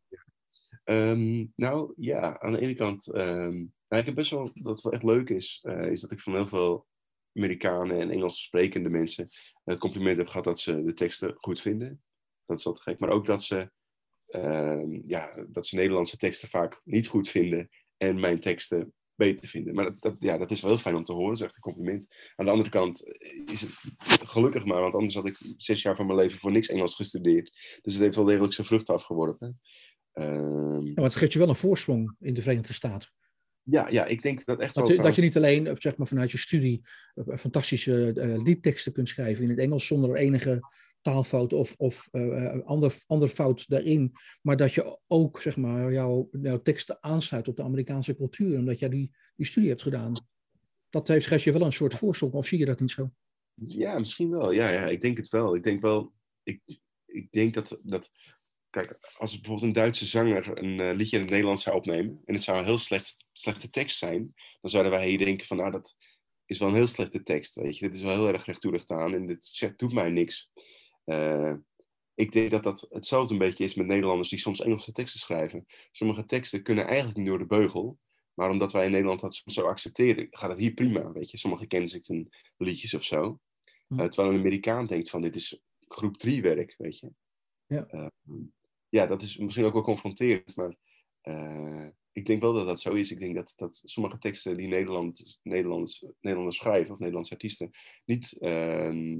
um, nou ja, aan de ene kant... Um, nou, ik heb best wel... Dat wel echt leuk is, uh, is dat ik van heel veel Amerikanen en Engels sprekende mensen het compliment heb gehad dat ze de teksten goed vinden. Dat is altijd gek. Maar ook dat ze, uh, ja, dat ze Nederlandse teksten vaak niet goed vinden en mijn teksten beter vinden. Maar dat, dat, ja, dat is wel heel fijn om te horen. Dat is echt een compliment. Aan de andere kant is het gelukkig maar, want anders had ik zes jaar van mijn leven voor niks Engels gestudeerd. Dus het heeft wel degelijk zijn vruchten afgeworpen. Um, ja, maar het geeft je wel een voorsprong in de Verenigde Staten. Ja, ja, ik denk dat echt dat, wel... je, dat je niet alleen zeg maar, vanuit je studie uh, fantastische uh, liedteksten kunt schrijven in het Engels zonder enige taalfout of, of uh, ander, ander fout daarin. Maar dat je ook zeg maar, jouw, jouw teksten aansluit op de Amerikaanse cultuur. Omdat jij die, die studie hebt gedaan. Dat heeft, geeft je wel een soort voorsprong. Of zie je dat niet zo? Ja, misschien wel. Ja, ja, ik denk het wel. Ik denk wel... Ik, ik denk dat... dat Kijk, als bijvoorbeeld een Duitse zanger een uh, liedje in het Nederlands zou opnemen en het zou een heel slecht, slechte tekst zijn, dan zouden wij hier denken van, nou, dat is wel een heel slechte tekst, weet je. Dit is wel heel erg recht toe recht aan en dit zegt, doet mij niks. Uh, ik denk dat dat hetzelfde een beetje is met Nederlanders die soms Engelse teksten schrijven. Sommige teksten kunnen eigenlijk niet door de beugel, maar omdat wij in Nederland dat soms zo accepteren, gaat het hier prima, weet je. Sommige Kensington liedjes of zo. Uh, terwijl een Amerikaan denkt van, dit is groep drie werk, weet je. Ja. Uh, ja, dat is misschien ook wel confronterend, maar uh, ik denk wel dat dat zo is. Ik denk dat, dat sommige teksten die Nederland, Nederlanders, Nederlanders schrijven, of Nederlandse artiesten, niet uh,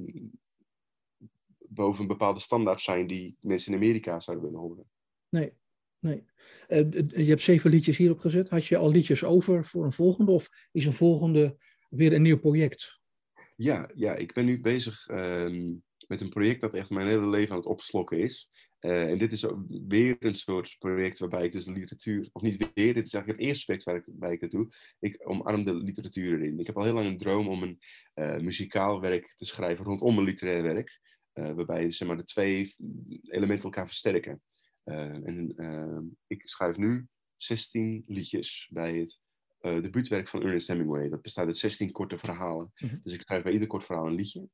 boven een bepaalde standaard zijn die mensen in Amerika zouden willen horen. Nee, nee. Uh, je hebt zeven liedjes hierop gezet. Had je al liedjes over voor een volgende, of is een volgende weer een nieuw project? Ja, ja, ik ben nu bezig uh, met een project dat echt mijn hele leven aan het opslokken is. Uh, en dit is ook weer een soort project waarbij ik dus de literatuur, of niet weer, dit is eigenlijk het eerste project waar ik, waar ik dat doe. Ik omarm de literatuur erin. Ik heb al heel lang een droom om een uh, muzikaal werk te schrijven rondom een literair werk. Uh, waarbij zeg maar, de twee elementen elkaar versterken. Uh, en uh, ik schrijf nu zestien liedjes bij het uh, debuutwerk van Ernest Hemingway. Dat bestaat uit zestien korte verhalen. Mm-hmm. Dus ik schrijf bij ieder kort verhaal een liedje.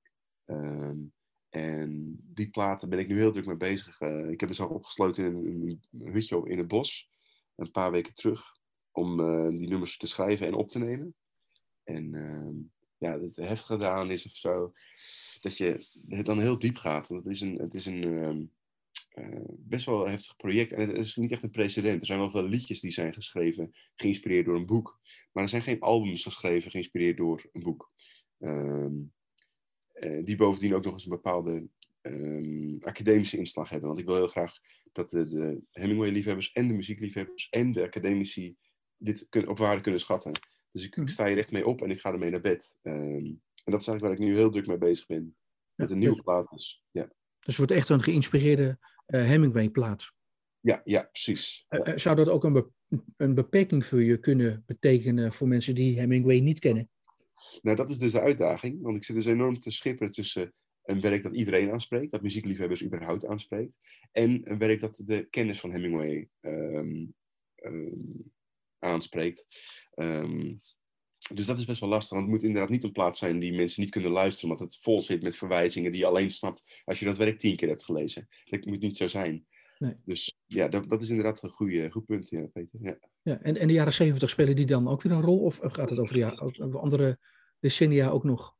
Uh, En die platen ben ik nu heel druk mee bezig. Uh, ik heb mezelf opgesloten in een, een hutje in het bos. Een paar weken terug. Om uh, die nummers te schrijven en op te nemen. En uh, ja, het heftige daaraan is of zo. Dat je het dan heel diep gaat. Want het is een, het is een uh, uh, best wel heftig project. En het is niet echt een precedent. Er zijn wel veel liedjes die zijn geschreven. Geïnspireerd door een boek. Maar er zijn geen albums geschreven geïnspireerd door een boek. Uh, Uh, die bovendien ook nog eens een bepaalde um, academische inslag hebben. Want ik wil heel graag dat de, de Hemingway-liefhebbers en de muziekliefhebbers en de academici dit kun, op waarde kunnen schatten. Dus ik, ik sta hier echt mee op en ik ga ermee naar bed. Um, en dat is eigenlijk waar ik nu heel druk mee bezig ben. Met ja, een nieuwe dus, plaat dus. Ja. Dus het wordt echt een geïnspireerde uh, Hemingway-plaat. Ja, ja, precies. Ja. Uh, zou dat ook een, be- een beperking voor je kunnen betekenen voor mensen die Hemingway niet kennen? Nou, dat is dus de uitdaging. Want ik zit dus enorm te schipperen tussen een werk dat iedereen aanspreekt, dat muziekliefhebbers überhaupt aanspreekt, en een werk dat de kennis van Hemingway um, um, aanspreekt. Um, dus dat is best wel lastig, want het moet inderdaad niet een plaat zijn die mensen niet kunnen luisteren, omdat het vol zit met verwijzingen die je alleen snapt als je dat werk tien keer hebt gelezen. Dat moet niet zo zijn. Nee. Dus ja, dat, dat is inderdaad een goede, goed punt, ja, Peter. Ja. Ja, en in de jaren zeventig spelen die dan ook weer een rol? Of gaat het over, ja, over andere decennia ook nog?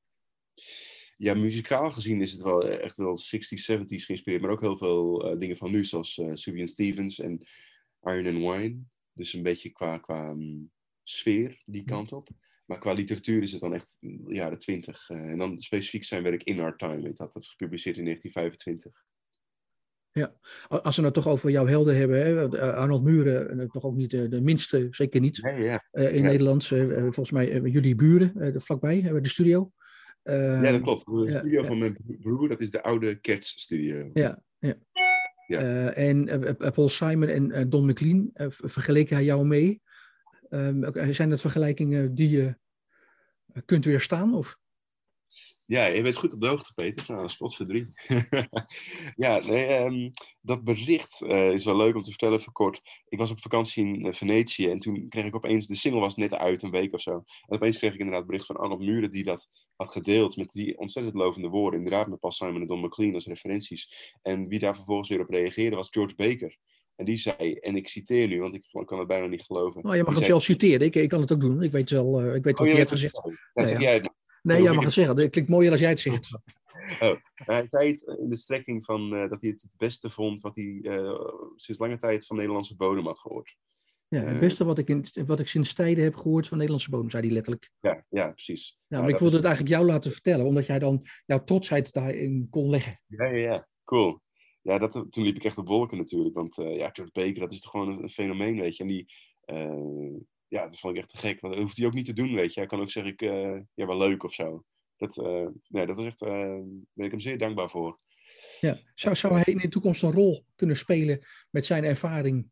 Ja, muzikaal gezien is het wel echt wel zestig, zeventig geïnspireerd, maar ook heel veel uh, dingen van nu, zoals uh, Sufjan Stevens en Iron and Wine. Dus een beetje qua, qua um, sfeer die kant op. Maar qua literatuur is het dan echt jaren twintig. Uh, en dan specifiek zijn werk In Our Time, weet dat. Dat is gepubliceerd in negentien vijfentwintig. Ja, als we het toch over jouw helden hebben, hè? Arnold Muren, toch ook niet de, de minste, zeker niet, ja, ja. Uh, in ja. Nederland. Uh, volgens mij uh, jullie buren, uh, vlakbij, uh, de studio. Uh, ja, dat klopt. De ja, studio ja. van mijn broer, dat is de oude Cats studio. Ja, ja. ja. Uh, en uh, Paul Simon en uh, Don McLean, uh, vergeleken hij jou mee? Uh, zijn dat vergelijkingen die je uh, kunt weerstaan? Of? Ja, je bent goed op de hoogte, Peter. Nou, spot voor drie. Ja, nee, um, dat bericht uh, is wel leuk om te vertellen, even kort. Ik was op vakantie in uh, Venetië en toen kreeg ik opeens... De single was net uit, een week of zo. En opeens kreeg ik inderdaad bericht van Arnold Muren die dat had gedeeld met die ontzettend lovende woorden. Inderdaad, met Paul Simon en Don McLean als referenties. En wie daar vervolgens weer op reageerde was George Baker. En die zei, en ik citeer nu, want ik kan het bijna niet geloven. Nou, je mag Die hem zei, zelf citeren. Ik, ik kan het ook doen. Ik weet wel, uh, ik weet oh, wat je hij weet heeft wat gezegd. Ja, Ja, zeg ja. jij het. Nee, jij mag het zeggen. Het klinkt mooier als jij het zegt. Oh, hij zei het in de strekking van uh, dat hij het het beste vond wat hij uh, sinds lange tijd van Nederlandse bodem had gehoord. Ja, het beste wat ik, in, wat ik sinds tijden heb gehoord van Nederlandse bodem, zei hij letterlijk. Ja, ja precies. Ja, maar ja, ik wilde is... het eigenlijk jou laten vertellen, omdat jij dan jouw trotsheid daarin kon leggen. Ja, ja, ja. Cool. Ja, dat, toen liep ik echt op wolken natuurlijk, want uh, ja, George Baker, dat is toch gewoon een, een fenomeen, weet je. En die, uh, ja, dat vond ik echt te gek, want dat hoeft hij ook niet te doen, weet je. Hij kan ook zeggen, ik, uh, ja, wel leuk of zo. Dat, uh, nee, dat was echt, uh, ben ik hem zeer dankbaar voor. Ja, zou, zou hij in de toekomst een rol kunnen spelen met zijn ervaring?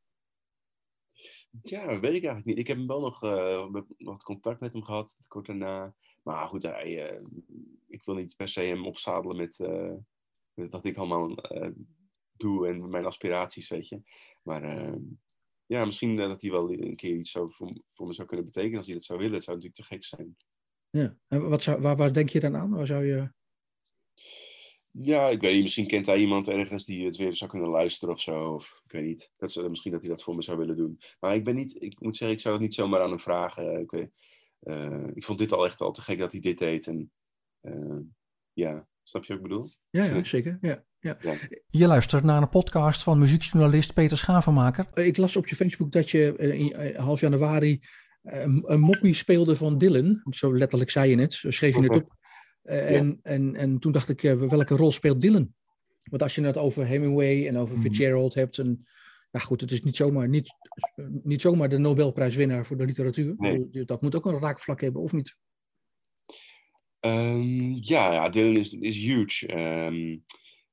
Ja, dat weet ik eigenlijk niet. Ik heb hem wel nog uh, wat contact met hem gehad, kort daarna. Maar goed, hij, uh, ik wil niet per se hem opzadelen met, uh, met wat ik allemaal uh, doe en mijn aspiraties, weet je. Maar uh, ja, misschien uh, dat hij wel een keer iets zo voor, voor me zou kunnen betekenen als hij dat zou willen. Het zou natuurlijk te gek zijn. Ja, en wat zou, waar, waar denk je dan aan? Waar zou je... Ja, ik weet niet. Misschien kent hij iemand ergens die het weer zou kunnen luisteren of zo. Of, ik weet niet. Dat is, misschien dat hij dat voor me zou willen doen. Maar ik ben niet... Ik moet zeggen, ik zou dat niet zomaar aan hem vragen. Ik, weet, uh, ik vond dit al echt al te gek dat hij dit deed. En uh, ja, snap je wat ik bedoel? Ja, ja zeker. Ja, ja. Ja. Je luistert naar een podcast van muziekjournalist Peter Schavenmaker. Ik las op je Facebook dat je in half januari een moppie speelde van Dylan. Zo letterlijk zei je het. Schreef je het op. Uh, ja. en, en, en toen dacht ik, uh, welke rol speelt Dylan? Want als je het over Hemingway en over Fitzgerald hebt. En, nou goed, het is niet zomaar, niet, niet zomaar de Nobelprijswinnaar voor de literatuur. Nee. Dat moet ook een raakvlak hebben, of niet? Um, ja, ja, Dylan is, is huge. Um,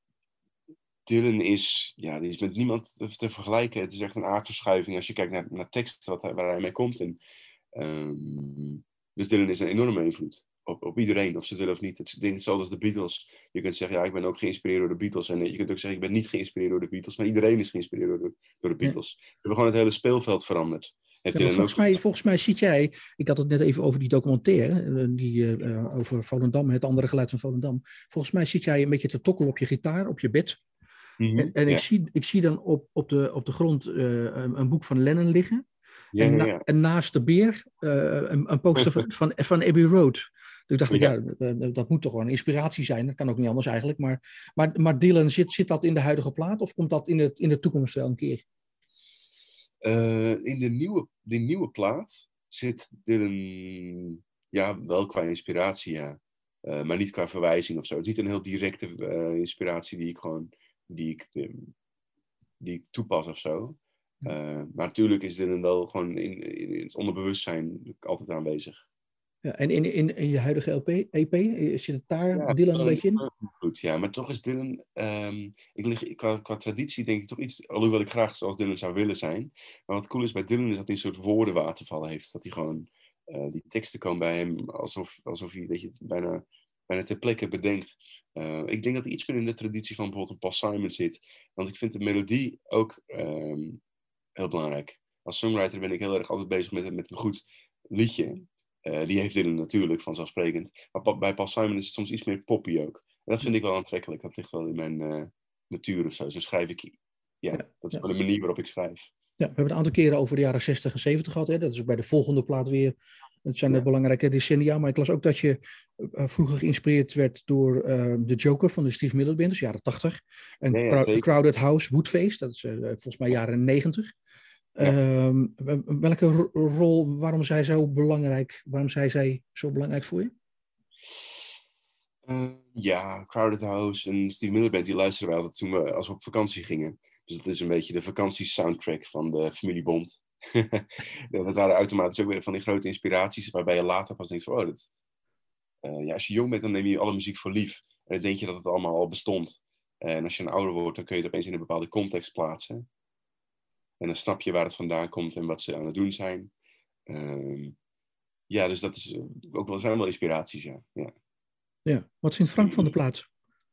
Dylan is, ja, die is met niemand te, te vergelijken. Het is echt een aardverschuiving als je kijkt naar, naar tekst wat hij, waar hij mee komt. En, um, dus Dylan is een enorme invloed. Op, op iedereen, of ze het willen of niet. Het is hetzelfde als de Beatles. Je kunt zeggen, ja, ik ben ook geïnspireerd door de Beatles. En je kunt ook zeggen, ik ben niet geïnspireerd door de Beatles. Maar iedereen is geïnspireerd door de, door de Beatles. Ja. We hebben gewoon het hele speelveld veranderd. Ja, volgens, ook... mij, volgens mij ziet jij, ik had het net even over die documentaire, die, uh, over Volendam, het andere geluid van Volendam. Volgens mij zit jij een beetje te tokkelen op je gitaar, op je bed. Mm-hmm, en en ja. ik, zie, ik zie dan op, op, de, op de grond uh, een, een boek van Lennon liggen. Ja, en, na, ja, ja. en naast de beer uh, een, een poster van, van, van Abbey Road. Toen dacht ik, ja, ja dat moet toch gewoon inspiratie zijn. Dat kan ook niet anders eigenlijk. Maar, maar, maar Dylan, zit, zit dat in de huidige plaat? Of komt dat in de, in de toekomst wel een keer? Uh, in de nieuwe, de nieuwe plaat zit Dylan, ja, wel qua inspiratie, ja. Uh, maar niet qua verwijzing of zo. Het is niet een heel directe uh, inspiratie die ik gewoon, die ik, um, die ik toepas of zo. Uh, maar natuurlijk is Dylan wel gewoon in, in het onderbewustzijn altijd aanwezig. Ja, en in, in, in je huidige L P, E P, zit het daar ja, Dylan een beetje in? Goed, ja, maar toch is Dylan, um, ik lig, qua, qua traditie denk ik toch iets, alhoewel ik graag zoals Dylan zou willen zijn. Maar wat cool is bij Dylan is dat hij een soort woordenwaterval heeft. Dat hij gewoon, uh, die teksten komen bij hem alsof, alsof hij, weet je, het bijna, bijna ter plekke bedenkt. Uh, ik denk dat hij iets meer in de traditie van bijvoorbeeld Paul Simon zit. Want ik vind de melodie ook um, heel belangrijk. Als songwriter ben ik heel erg altijd bezig met, met een goed liedje. Uh, die heeft Dylan natuurlijk, vanzelfsprekend. Maar pa- bij Paul Simon is het soms iets meer poppy ook. En dat vind ik wel aantrekkelijk. Dat ligt wel in mijn uh, natuur of zo. Zo schrijf ik. Ja, ja dat is ja. wel de manier waarop ik schrijf. Ja, we hebben het een aantal keren over de jaren zestig en zeventig gehad. Hè? Dat is ook bij de volgende plaat weer. Het zijn ja. de belangrijke decennia. Maar ik las ook dat je uh, vroeger geïnspireerd werd door uh, The Joker van de Steve Miller Band. Dus jaren tachtig. En ja, ja, Crowd, Crowded House, Woodface. Dat is uh, volgens mij jaren negentig. Ja. Um, welke ro- rol, waarom zij zo belangrijk, waarom zij zij zo belangrijk voor je? Uh, ja, Crowded House en Steve Miller Band, die luisterden wij altijd toen we, als we op vakantie gingen. Dus dat is een beetje de vakantiesoundtrack van de familie Bond. Dat waren automatisch ook weer van die grote inspiraties, waarbij je later pas denkt van, oh, dat... Uh, ja, als je jong bent, dan neem je alle muziek voor lief. En dan denk je dat het allemaal al bestond. Uh, en als je een ouder wordt, dan kun je het opeens in een bepaalde context plaatsen. En dan snap je waar het vandaan komt en wat ze aan het doen zijn. Um, ja, dus dat is ook wel, zijn wel inspiraties, ja. ja. Ja. Wat vindt Frank van de plaat?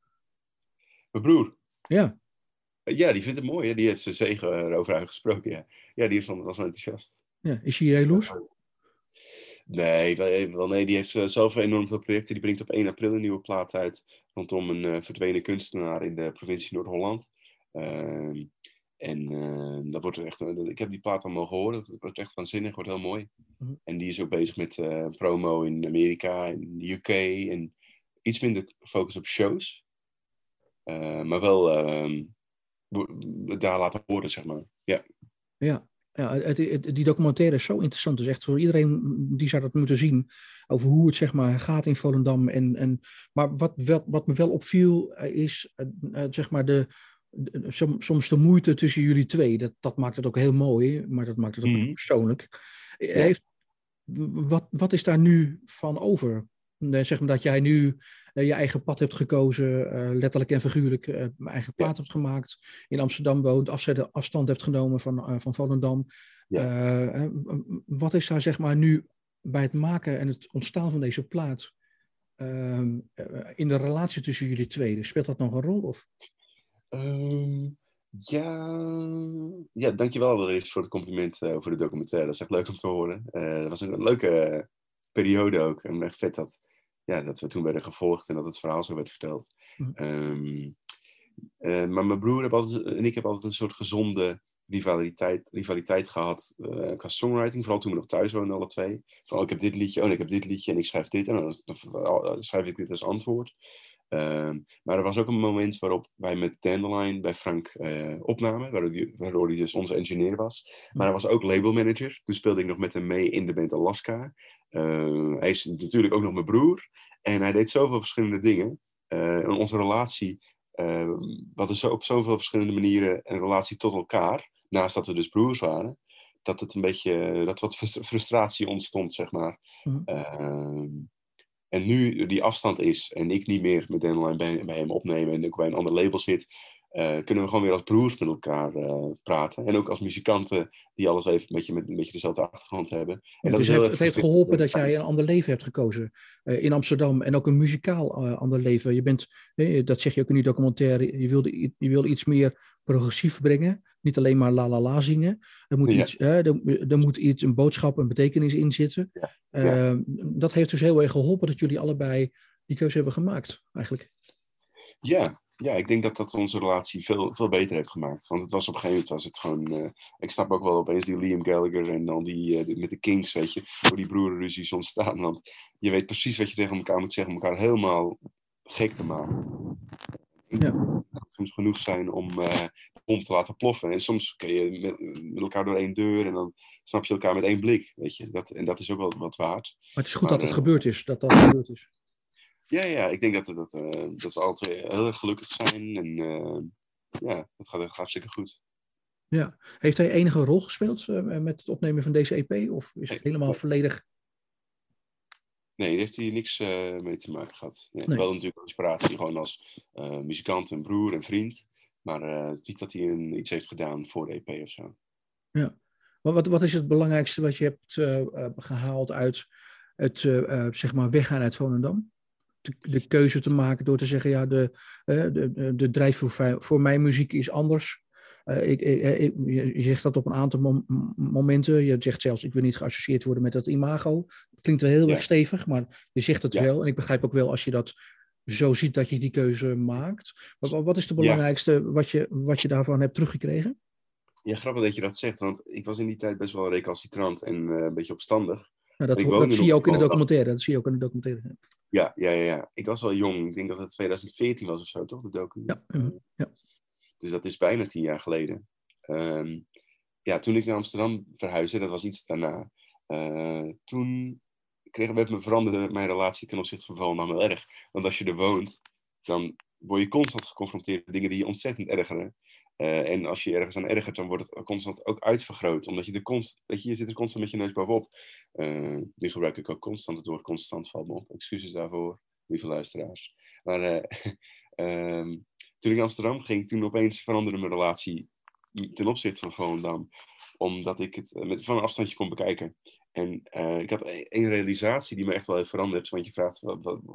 Mijn broer. Ja. Ja, die vindt het mooi. Hè? Die heeft zijn zegen erover uitgesproken. Ja, ja die is van, was wel enthousiast. Ja. Is hij jaloers? Nee, wel, wel, nee, die heeft uh, zelf enorm veel projecten. Die brengt op één april een nieuwe plaat uit. Rondom een uh, verdwenen kunstenaar in de provincie Noord-Holland. Uh, en uh, dat wordt echt, uh, ik heb die plaat al mogen horen. Dat wordt echt waanzinnig, wordt heel mooi. Mm-hmm. En die is ook bezig met uh, promo in Amerika, in de U K. En iets minder focus op shows. Uh, maar wel uh, daar laten horen, zeg maar. Ja. Ja. Ja, het, het, die documentaire is zo interessant. Dus echt voor iedereen die zou dat moeten zien. Over hoe het zeg maar gaat in Volendam. En, en, maar wat, wat, wat me wel opviel is uh, zeg maar de, de, soms de moeite tussen jullie twee. Dat, dat maakt het ook heel mooi. Maar dat maakt het ook mm-hmm. persoonlijk. Ja. Heeft, wat, wat is daar nu van over? Zeg maar dat jij nu uh, je eigen pad hebt gekozen, uh, letterlijk en figuurlijk, uh, mijn eigen pad ja. hebt gemaakt, in Amsterdam woont, afzet, afstand hebt genomen van, uh, van Volendam. Ja. Uh, uh, wat is daar zeg maar nu bij het maken en het ontstaan van deze plaat uh, uh, in de relatie tussen jullie twee? Dus speelt dat nog een rol? Of? Um, ja, ja, dankjewel allereerst voor het compliment uh, over de documentaire. Dat is echt leuk om te horen. Uh, dat was een, een leuke uh, periode ook. En echt vet dat, ja, dat we toen werden gevolgd en dat het verhaal zo werd verteld. Mm. Um, uh, maar mijn broer heb altijd, en ik heb altijd een soort gezonde rivaliteit, rivaliteit gehad uh, qua songwriting. Vooral toen we nog thuis woonden, alle twee. Van, oh, ik heb dit liedje, oh, ik heb dit liedje en ik schrijf dit. En dan, dan, dan schrijf ik dit als antwoord. Um, maar er was ook een moment waarop wij met Dandelion bij Frank uh, opnamen, waardoor hij, waardoor hij dus onze engineer was. Maar hij was ook labelmanager. Toen speelde ik nog met hem mee in de band Alaska. Uh, hij is natuurlijk ook nog mijn broer. En hij deed zoveel verschillende dingen. Uh, en onze relatie, uh, we hadden zo, op zoveel verschillende manieren een relatie tot elkaar. Naast dat we dus broers waren. Dat het een beetje, dat wat frustratie ontstond, zeg maar. Mm. Uh, En nu die afstand is en ik niet meer met Dandelion bij, bij hem opnemen en ook bij een ander label zit, uh, kunnen we gewoon weer als broers met elkaar uh, praten. En ook als muzikanten die alles even een beetje met een beetje dezelfde achtergrond hebben. En ja, dat dus is heel heeft, het heeft geholpen dat jij een ander leven hebt gekozen uh, in Amsterdam en ook een muzikaal uh, ander leven. Je bent, uh, dat zeg je ook in die documentaire, je wilde, je wilde iets meer progressief brengen. Niet alleen maar la la la zingen. Er moet, ja. iets, uh, er, er moet iets, een boodschap, een betekenis in zitten. Ja. Ja. Uh, dat heeft dus heel erg geholpen dat jullie allebei die keuze hebben gemaakt, eigenlijk. Ja, ja, ik denk dat dat onze relatie veel, veel beter heeft gemaakt. Want het was op een gegeven moment was het gewoon... Uh, ik snap ook wel opeens die Liam Gallagher en dan die, uh, die met de Kings, weet je, hoe die broerenruzies ontstaan. Want je weet precies wat je tegen elkaar moet zeggen om elkaar helemaal gek te maken. Ja. Het kan soms genoeg zijn om uh, de bom te laten ploffen. En soms kun je met, met elkaar door één deur en dan snap je elkaar met één blik, weet je. Dat, en dat is ook wel wat waard. Maar het is goed maar, dat het uh, gebeurd is, dat dat gebeurd is. Ja, ja, ik denk dat, dat, uh, dat we alle twee heel erg gelukkig zijn. En uh, ja, dat gaat hartstikke goed. Ja. Heeft hij enige rol gespeeld uh, met het opnemen van deze E P? Of is het nee, helemaal nee. volledig... Nee, daar heeft hij niks uh, mee te maken gehad. Nee, nee. Wel natuurlijk inspiratie gewoon als uh, muzikant en broer en vriend. Maar uh, niet dat hij een, iets heeft gedaan voor de E P of zo. Ja. Maar wat, wat is het belangrijkste wat je hebt uh, uh, gehaald uit het uh, uh, zeg maar weggaan uit Volendam? De, de keuze te maken door te zeggen, ja, de, uh, de, de, de drijfveer voor mijn muziek is anders. Uh, ik, ik, je zegt dat op een aantal mom- momenten. Je zegt zelfs, ik wil niet geassocieerd worden met dat imago. Dat klinkt wel heel ja. erg stevig, maar je zegt het ja. wel. En ik begrijp ook wel als je dat zo ziet dat je die keuze maakt. Maar wat is de belangrijkste ja. wat, je, wat je daarvan hebt teruggekregen? Ja, grappig dat je dat zegt, want ik was in die tijd best wel recalcitrant en uh, een beetje opstandig. Nou, dat dat zie je ook in de documentaire. Dat zie je ook in de documentaire. Ja, ja, ja, ja. Ik was wel jong. Ik denk dat het twintig veertien was of zo, toch? De docu. Ja. Mm-hmm. Ja. Dus dat is bijna tien jaar geleden. Um, ja, toen ik naar Amsterdam verhuisde, dat was iets daarna. Uh, toen kreeg, werd me veranderde mijn relatie ten opzichte van Volendam heel erg. Want als je er woont, dan word je constant geconfronteerd met dingen die je ontzettend ergeren. Uh, en als je ergens aan ergert, dan wordt het constant ook uitvergroot. Omdat je er constant, weet je, je zit er constant met je neus bovenop. Uh, nu gebruik ik ook constant het woord constant, valt me op. Excuses daarvoor, lieve luisteraars. Maar uh, um, toen ik naar Amsterdam ging, toen opeens veranderde mijn relatie ten opzichte van Volendam. Omdat ik het met, van een afstandje kon bekijken. En uh, ik had een realisatie die me echt wel heeft veranderd. Want je vraagt, wat, wat,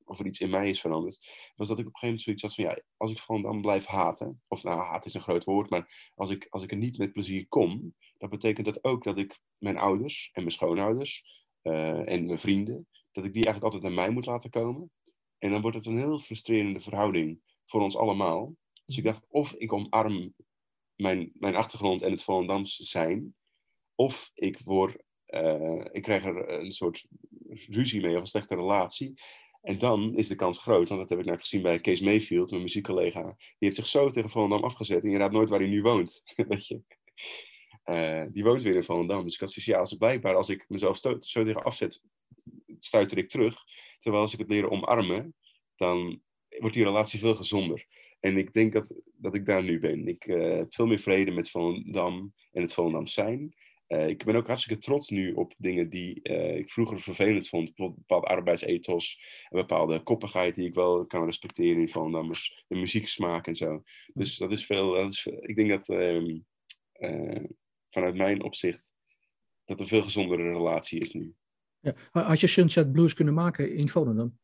of er iets in mij is veranderd, was dat ik op een gegeven moment zoiets had van, ja, als ik Volendam blijf haten, of nou, haat is een groot woord, maar als ik, als ik er niet met plezier kom, dat betekent dat ook dat ik mijn ouders en mijn schoonouders uh, en mijn vrienden, dat ik die eigenlijk altijd naar mij moet laten komen. En dan wordt het een heel frustrerende verhouding voor ons allemaal. Dus ik dacht, of ik omarm mijn, mijn achtergrond en het Volendams zijn, of ik word, uh, ik krijg er een soort ruzie mee of een slechte relatie. En dan is de kans groot, want dat heb ik nou gezien bij Kees Mayfield, mijn muziekcollega. Die heeft zich zo tegen Volendam afgezet en je raadt nooit waar hij nu woont. Weet je? Uh, die woont weer in Volendam. Dus ik had zoiets, ja, als het blijkbaar als ik mezelf sto- zo tegen afzet, stuiter ik terug. Terwijl als ik het leren omarmen, dan wordt die relatie veel gezonder. En ik denk dat, dat ik daar nu ben. Ik uh, heb veel meer vrede met Volendam en het Volendam zijn. Uh, ik ben ook hartstikke trots nu op dingen die uh, ik vroeger vervelend vond. Bijvoorbeeld een bepaald arbeidsethos, een bepaalde koppigheid die ik wel kan respecteren in Volendammers, de muzieksmaak en zo. Dus dat is veel, dat is, ik denk dat um, uh, vanuit mijn opzicht dat er een veel gezondere relatie is nu. Ja. Had je Sunset Blues kunnen maken in Volendam?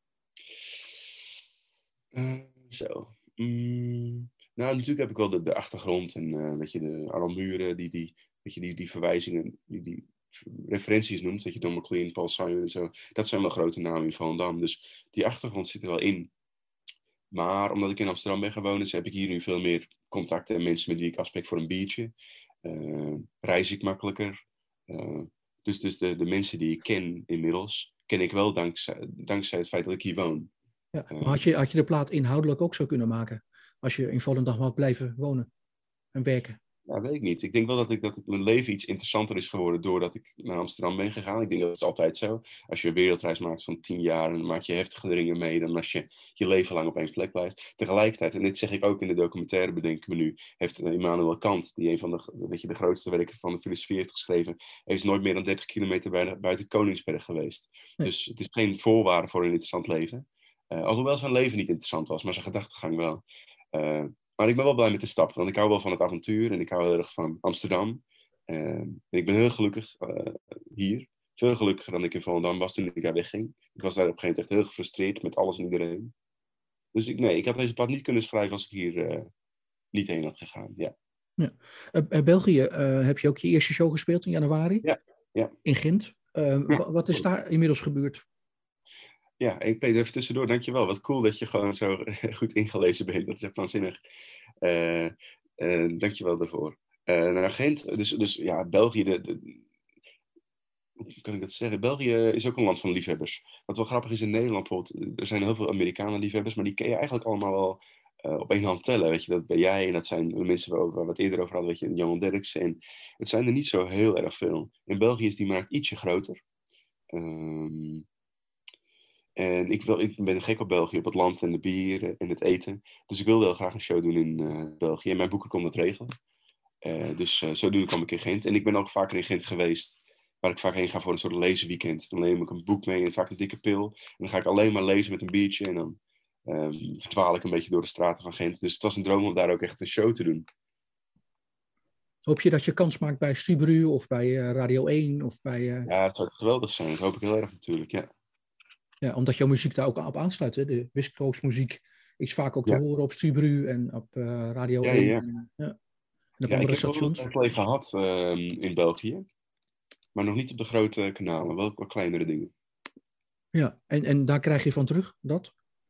Uh, zo. Mm, nou, natuurlijk heb ik wel de, de achtergrond en uh, weet je, de Aralmuren, die, die, weet je, die, die verwijzingen, die, die referenties noemt, weet je, Don McLean, Paul Simon en zo. Dat zijn wel grote namen in Volendam, dus die achtergrond zit er wel in. Maar omdat ik in Amsterdam ben gewoond, dus heb ik hier nu veel meer contacten en mensen met wie ik afspreek voor een biertje. Uh, reis ik makkelijker. Uh, dus dus de, de mensen die ik ken inmiddels, ken ik wel dankzij, dankzij het feit dat ik hier woon. Ja, maar had je, had je de plaat inhoudelijk ook zo kunnen maken? Als je in Volendam had blijven wonen en werken? Ja, weet ik niet. Ik denk wel dat, ik, dat mijn leven iets interessanter is geworden doordat ik naar Amsterdam ben gegaan. Ik denk dat het is altijd zo. Als je een wereldreis maakt van tien jaar en dan maak je heftige dingen mee dan als je je leven lang op één plek blijft. Tegelijkertijd, en dit zeg ik ook in de documentaire, bedenk ik me nu, heeft Immanuel Kant, die een van de, weet je, de grootste werken van de filosofie heeft geschreven, heeft nooit meer dan dertig kilometer buiten, buiten Koningsberg geweest. Nee. Dus het is geen voorwaarde voor een interessant leven. Uh, alhoewel zijn leven niet interessant was, maar zijn gedachtegang wel. Uh, Maar ik ben wel blij met de stap, want ik hou wel van het avontuur en ik hou heel erg van Amsterdam. Uh, en ik ben heel gelukkig uh, hier. Veel gelukkiger dan ik in Volendam was toen ik daar wegging. Ik was daar op een gegeven moment echt heel gefrustreerd met alles en iedereen. Dus ik, nee, ik had deze plaat niet kunnen schrijven als ik hier uh, niet heen had gegaan. Ja. Ja. Uh, uh, België, uh, heb je ook je eerste show gespeeld in januari? Ja. Ja. In Gent. Uh, ja. Wat is daar inmiddels gebeurd? Ja, ik Peter, even tussendoor, dankjewel. Wat cool dat je gewoon zo goed ingelezen bent. Dat is echt waanzinnig. Uh, uh, dankjewel daarvoor. Uh, naar Gent, dus, dus ja, België, de, de, hoe kan ik dat zeggen? België is ook een land van liefhebbers. Wat wel grappig is in Nederland bijvoorbeeld, er zijn heel veel Amerikanen liefhebbers, maar die kun je eigenlijk allemaal wel uh, op één hand tellen. Weet je, dat ben jij en dat zijn de mensen waar, waar we het eerder over hadden, weet je, Jan Derksen. En het zijn er niet zo heel erg veel. In België is die markt ietsje groter. Um, En ik, wil, ik ben gek op België, op het land en de bieren en het eten. Dus ik wilde heel graag een show doen in uh, België. En mijn boeker kon dat regelen. Uh, dus uh, zodoende kwam ik in Gent. En ik ben ook vaker in Gent geweest. Waar ik vaak heen ga voor een soort lezenweekend. Dan neem ik een boek mee en vaak een dikke pil. En dan ga ik alleen maar lezen met een biertje. En dan um, verdwaal ik een beetje door de straten van Gent. Dus het was een droom om daar ook echt een show te doen. Hoop je dat je kans maakt bij Stubru of bij uh, Radio één? Of bij, uh... Ja, het zou geweldig zijn. Dat hoop ik heel erg natuurlijk, ja. Ja, omdat jouw muziek daar ook op aansluit. Hè? De West Coast muziek is vaak ook te ja. horen op Stubru en op uh, Radio ja, één. Ja, en, ja. en op ja, andere ik stations. heb wel een play gehad uh, in België. Maar nog niet op de grote kanalen. Wel wat kleinere dingen. Ja, en, en daar krijg je van terug, dat?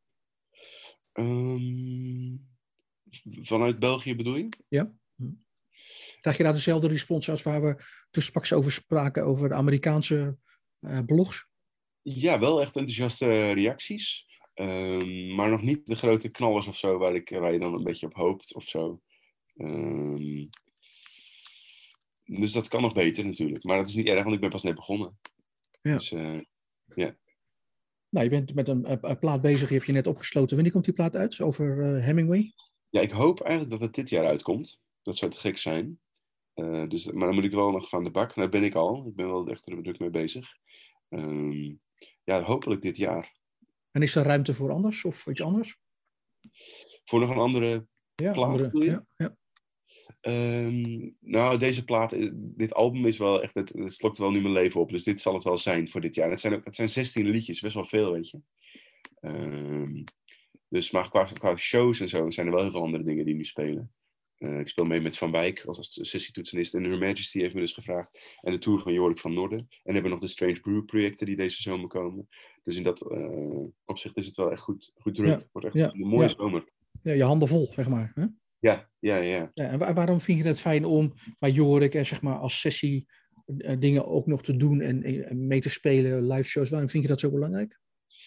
Um, vanuit België bedoel je? Ja. Hm. Krijg je daar dezelfde respons als waar we toen straks over spraken over de Amerikaanse uh, blogs? Ja, wel echt enthousiaste reacties. Um, maar nog niet de grote knallers of zo waar, ik, waar je dan een beetje op hoopt of zo. Um, dus dat kan nog beter natuurlijk. Maar dat is niet erg, want ik ben pas net begonnen. Ja. Dus, uh, yeah. Nou, je bent met een, een plaat bezig, die heb je net opgesloten. Wanneer komt die plaat uit, over uh, Hemingway? Ja, ik hoop eigenlijk dat het dit jaar uitkomt. Dat zou te gek zijn. Uh, dus, maar dan moet ik wel nog van de bak. Nou, dat ben ik al. Ik ben wel echt er druk mee bezig. Um, ja, hopelijk dit jaar. En is er ruimte voor anders of iets anders? Voor nog een andere ja, plaat? Andere, ja, ja. Um, nou, deze plaat, dit album is wel echt, het, het slokt wel nu mijn leven op. Dus dit zal het wel zijn voor dit jaar. Het zijn, ook, het zijn zestien liedjes, best wel veel, weet je. Um, dus, maar qua, qua shows en zo zijn er wel heel veel andere dingen die nu spelen. Uh, ik speel mee met Van Wijk als, als sessietoetsenist. En Her Majesty heeft me dus gevraagd. En de tour van Jorik van Noorden. En we hebben nog de Strange Brew projecten die deze zomer komen. Dus in dat uh, opzicht is het wel echt goed, goed druk. Het ja. wordt echt ja. een mooie ja. zomer. Ja, je handen vol, zeg maar. Hè? Ja, ja, ja. ja en waarom vind je het fijn om bij Jorik eh, zeg maar, als sessie uh, dingen ook nog te doen en, en mee te spelen, live shows? Waarom vind je dat zo belangrijk?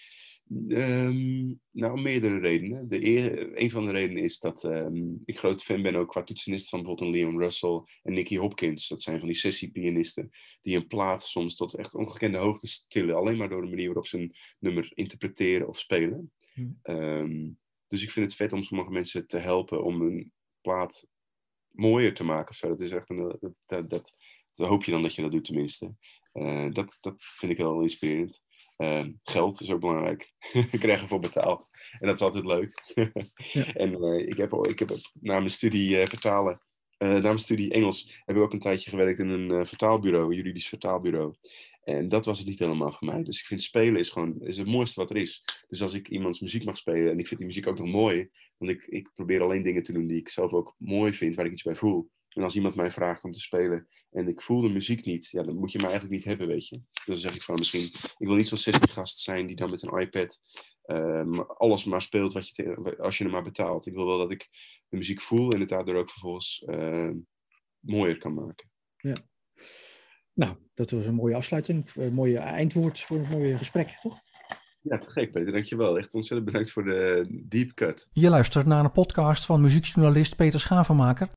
Um, nou, meerdere redenen. De eer, een van de redenen is dat um, ik groot fan ben ook qua toetsenist van bijvoorbeeld een Leon Russell en Nicky Hopkins. Dat zijn van die sessiepianisten die een plaat soms tot echt ongekende hoogte tillen. Alleen maar door de manier waarop ze een nummer interpreteren of spelen. Hmm. Um, dus ik vind het vet om sommige mensen te helpen om een plaat mooier te maken. Ofzo. Dat is echt een, dat, dat, dat, dat hoop je dan dat je dat doet tenminste. Uh, dat, dat vind ik heel inspirerend. Uh, geld is ook belangrijk. Ik krijg ervoor betaald. En dat is altijd leuk. ja. En uh, ik heb, ik heb na mijn studie uh, vertalen, uh, na mijn studie Engels, heb ik ook een tijdje gewerkt in een uh, vertaalbureau, een juridisch vertaalbureau. En dat was het niet helemaal voor mij. Dus ik vind spelen is gewoon is het mooiste wat er is. Dus als ik iemands muziek mag spelen en ik vind die muziek ook nog mooi, want ik, ik probeer alleen dingen te doen die ik zelf ook mooi vind, waar ik iets bij voel. En als iemand mij vraagt om te spelen en ik voel de muziek niet, ja, dan moet je me eigenlijk niet hebben, weet je. Dus dan zeg ik van misschien, ik wil niet zo'n sessiegast zijn die dan met een iPad uh, alles maar speelt wat je te, als je hem maar betaalt. Ik wil wel dat ik de muziek voel en het daardoor ook vervolgens uh, mooier kan maken. Ja. Nou, dat was een mooie afsluiting, een mooie eindwoord voor het mooie gesprek, toch? Ja, te gek, Peter. Dankjewel. Echt ontzettend bedankt voor de deep cut. Je luistert naar een podcast van muziekjournalist Peter Schavenmaker.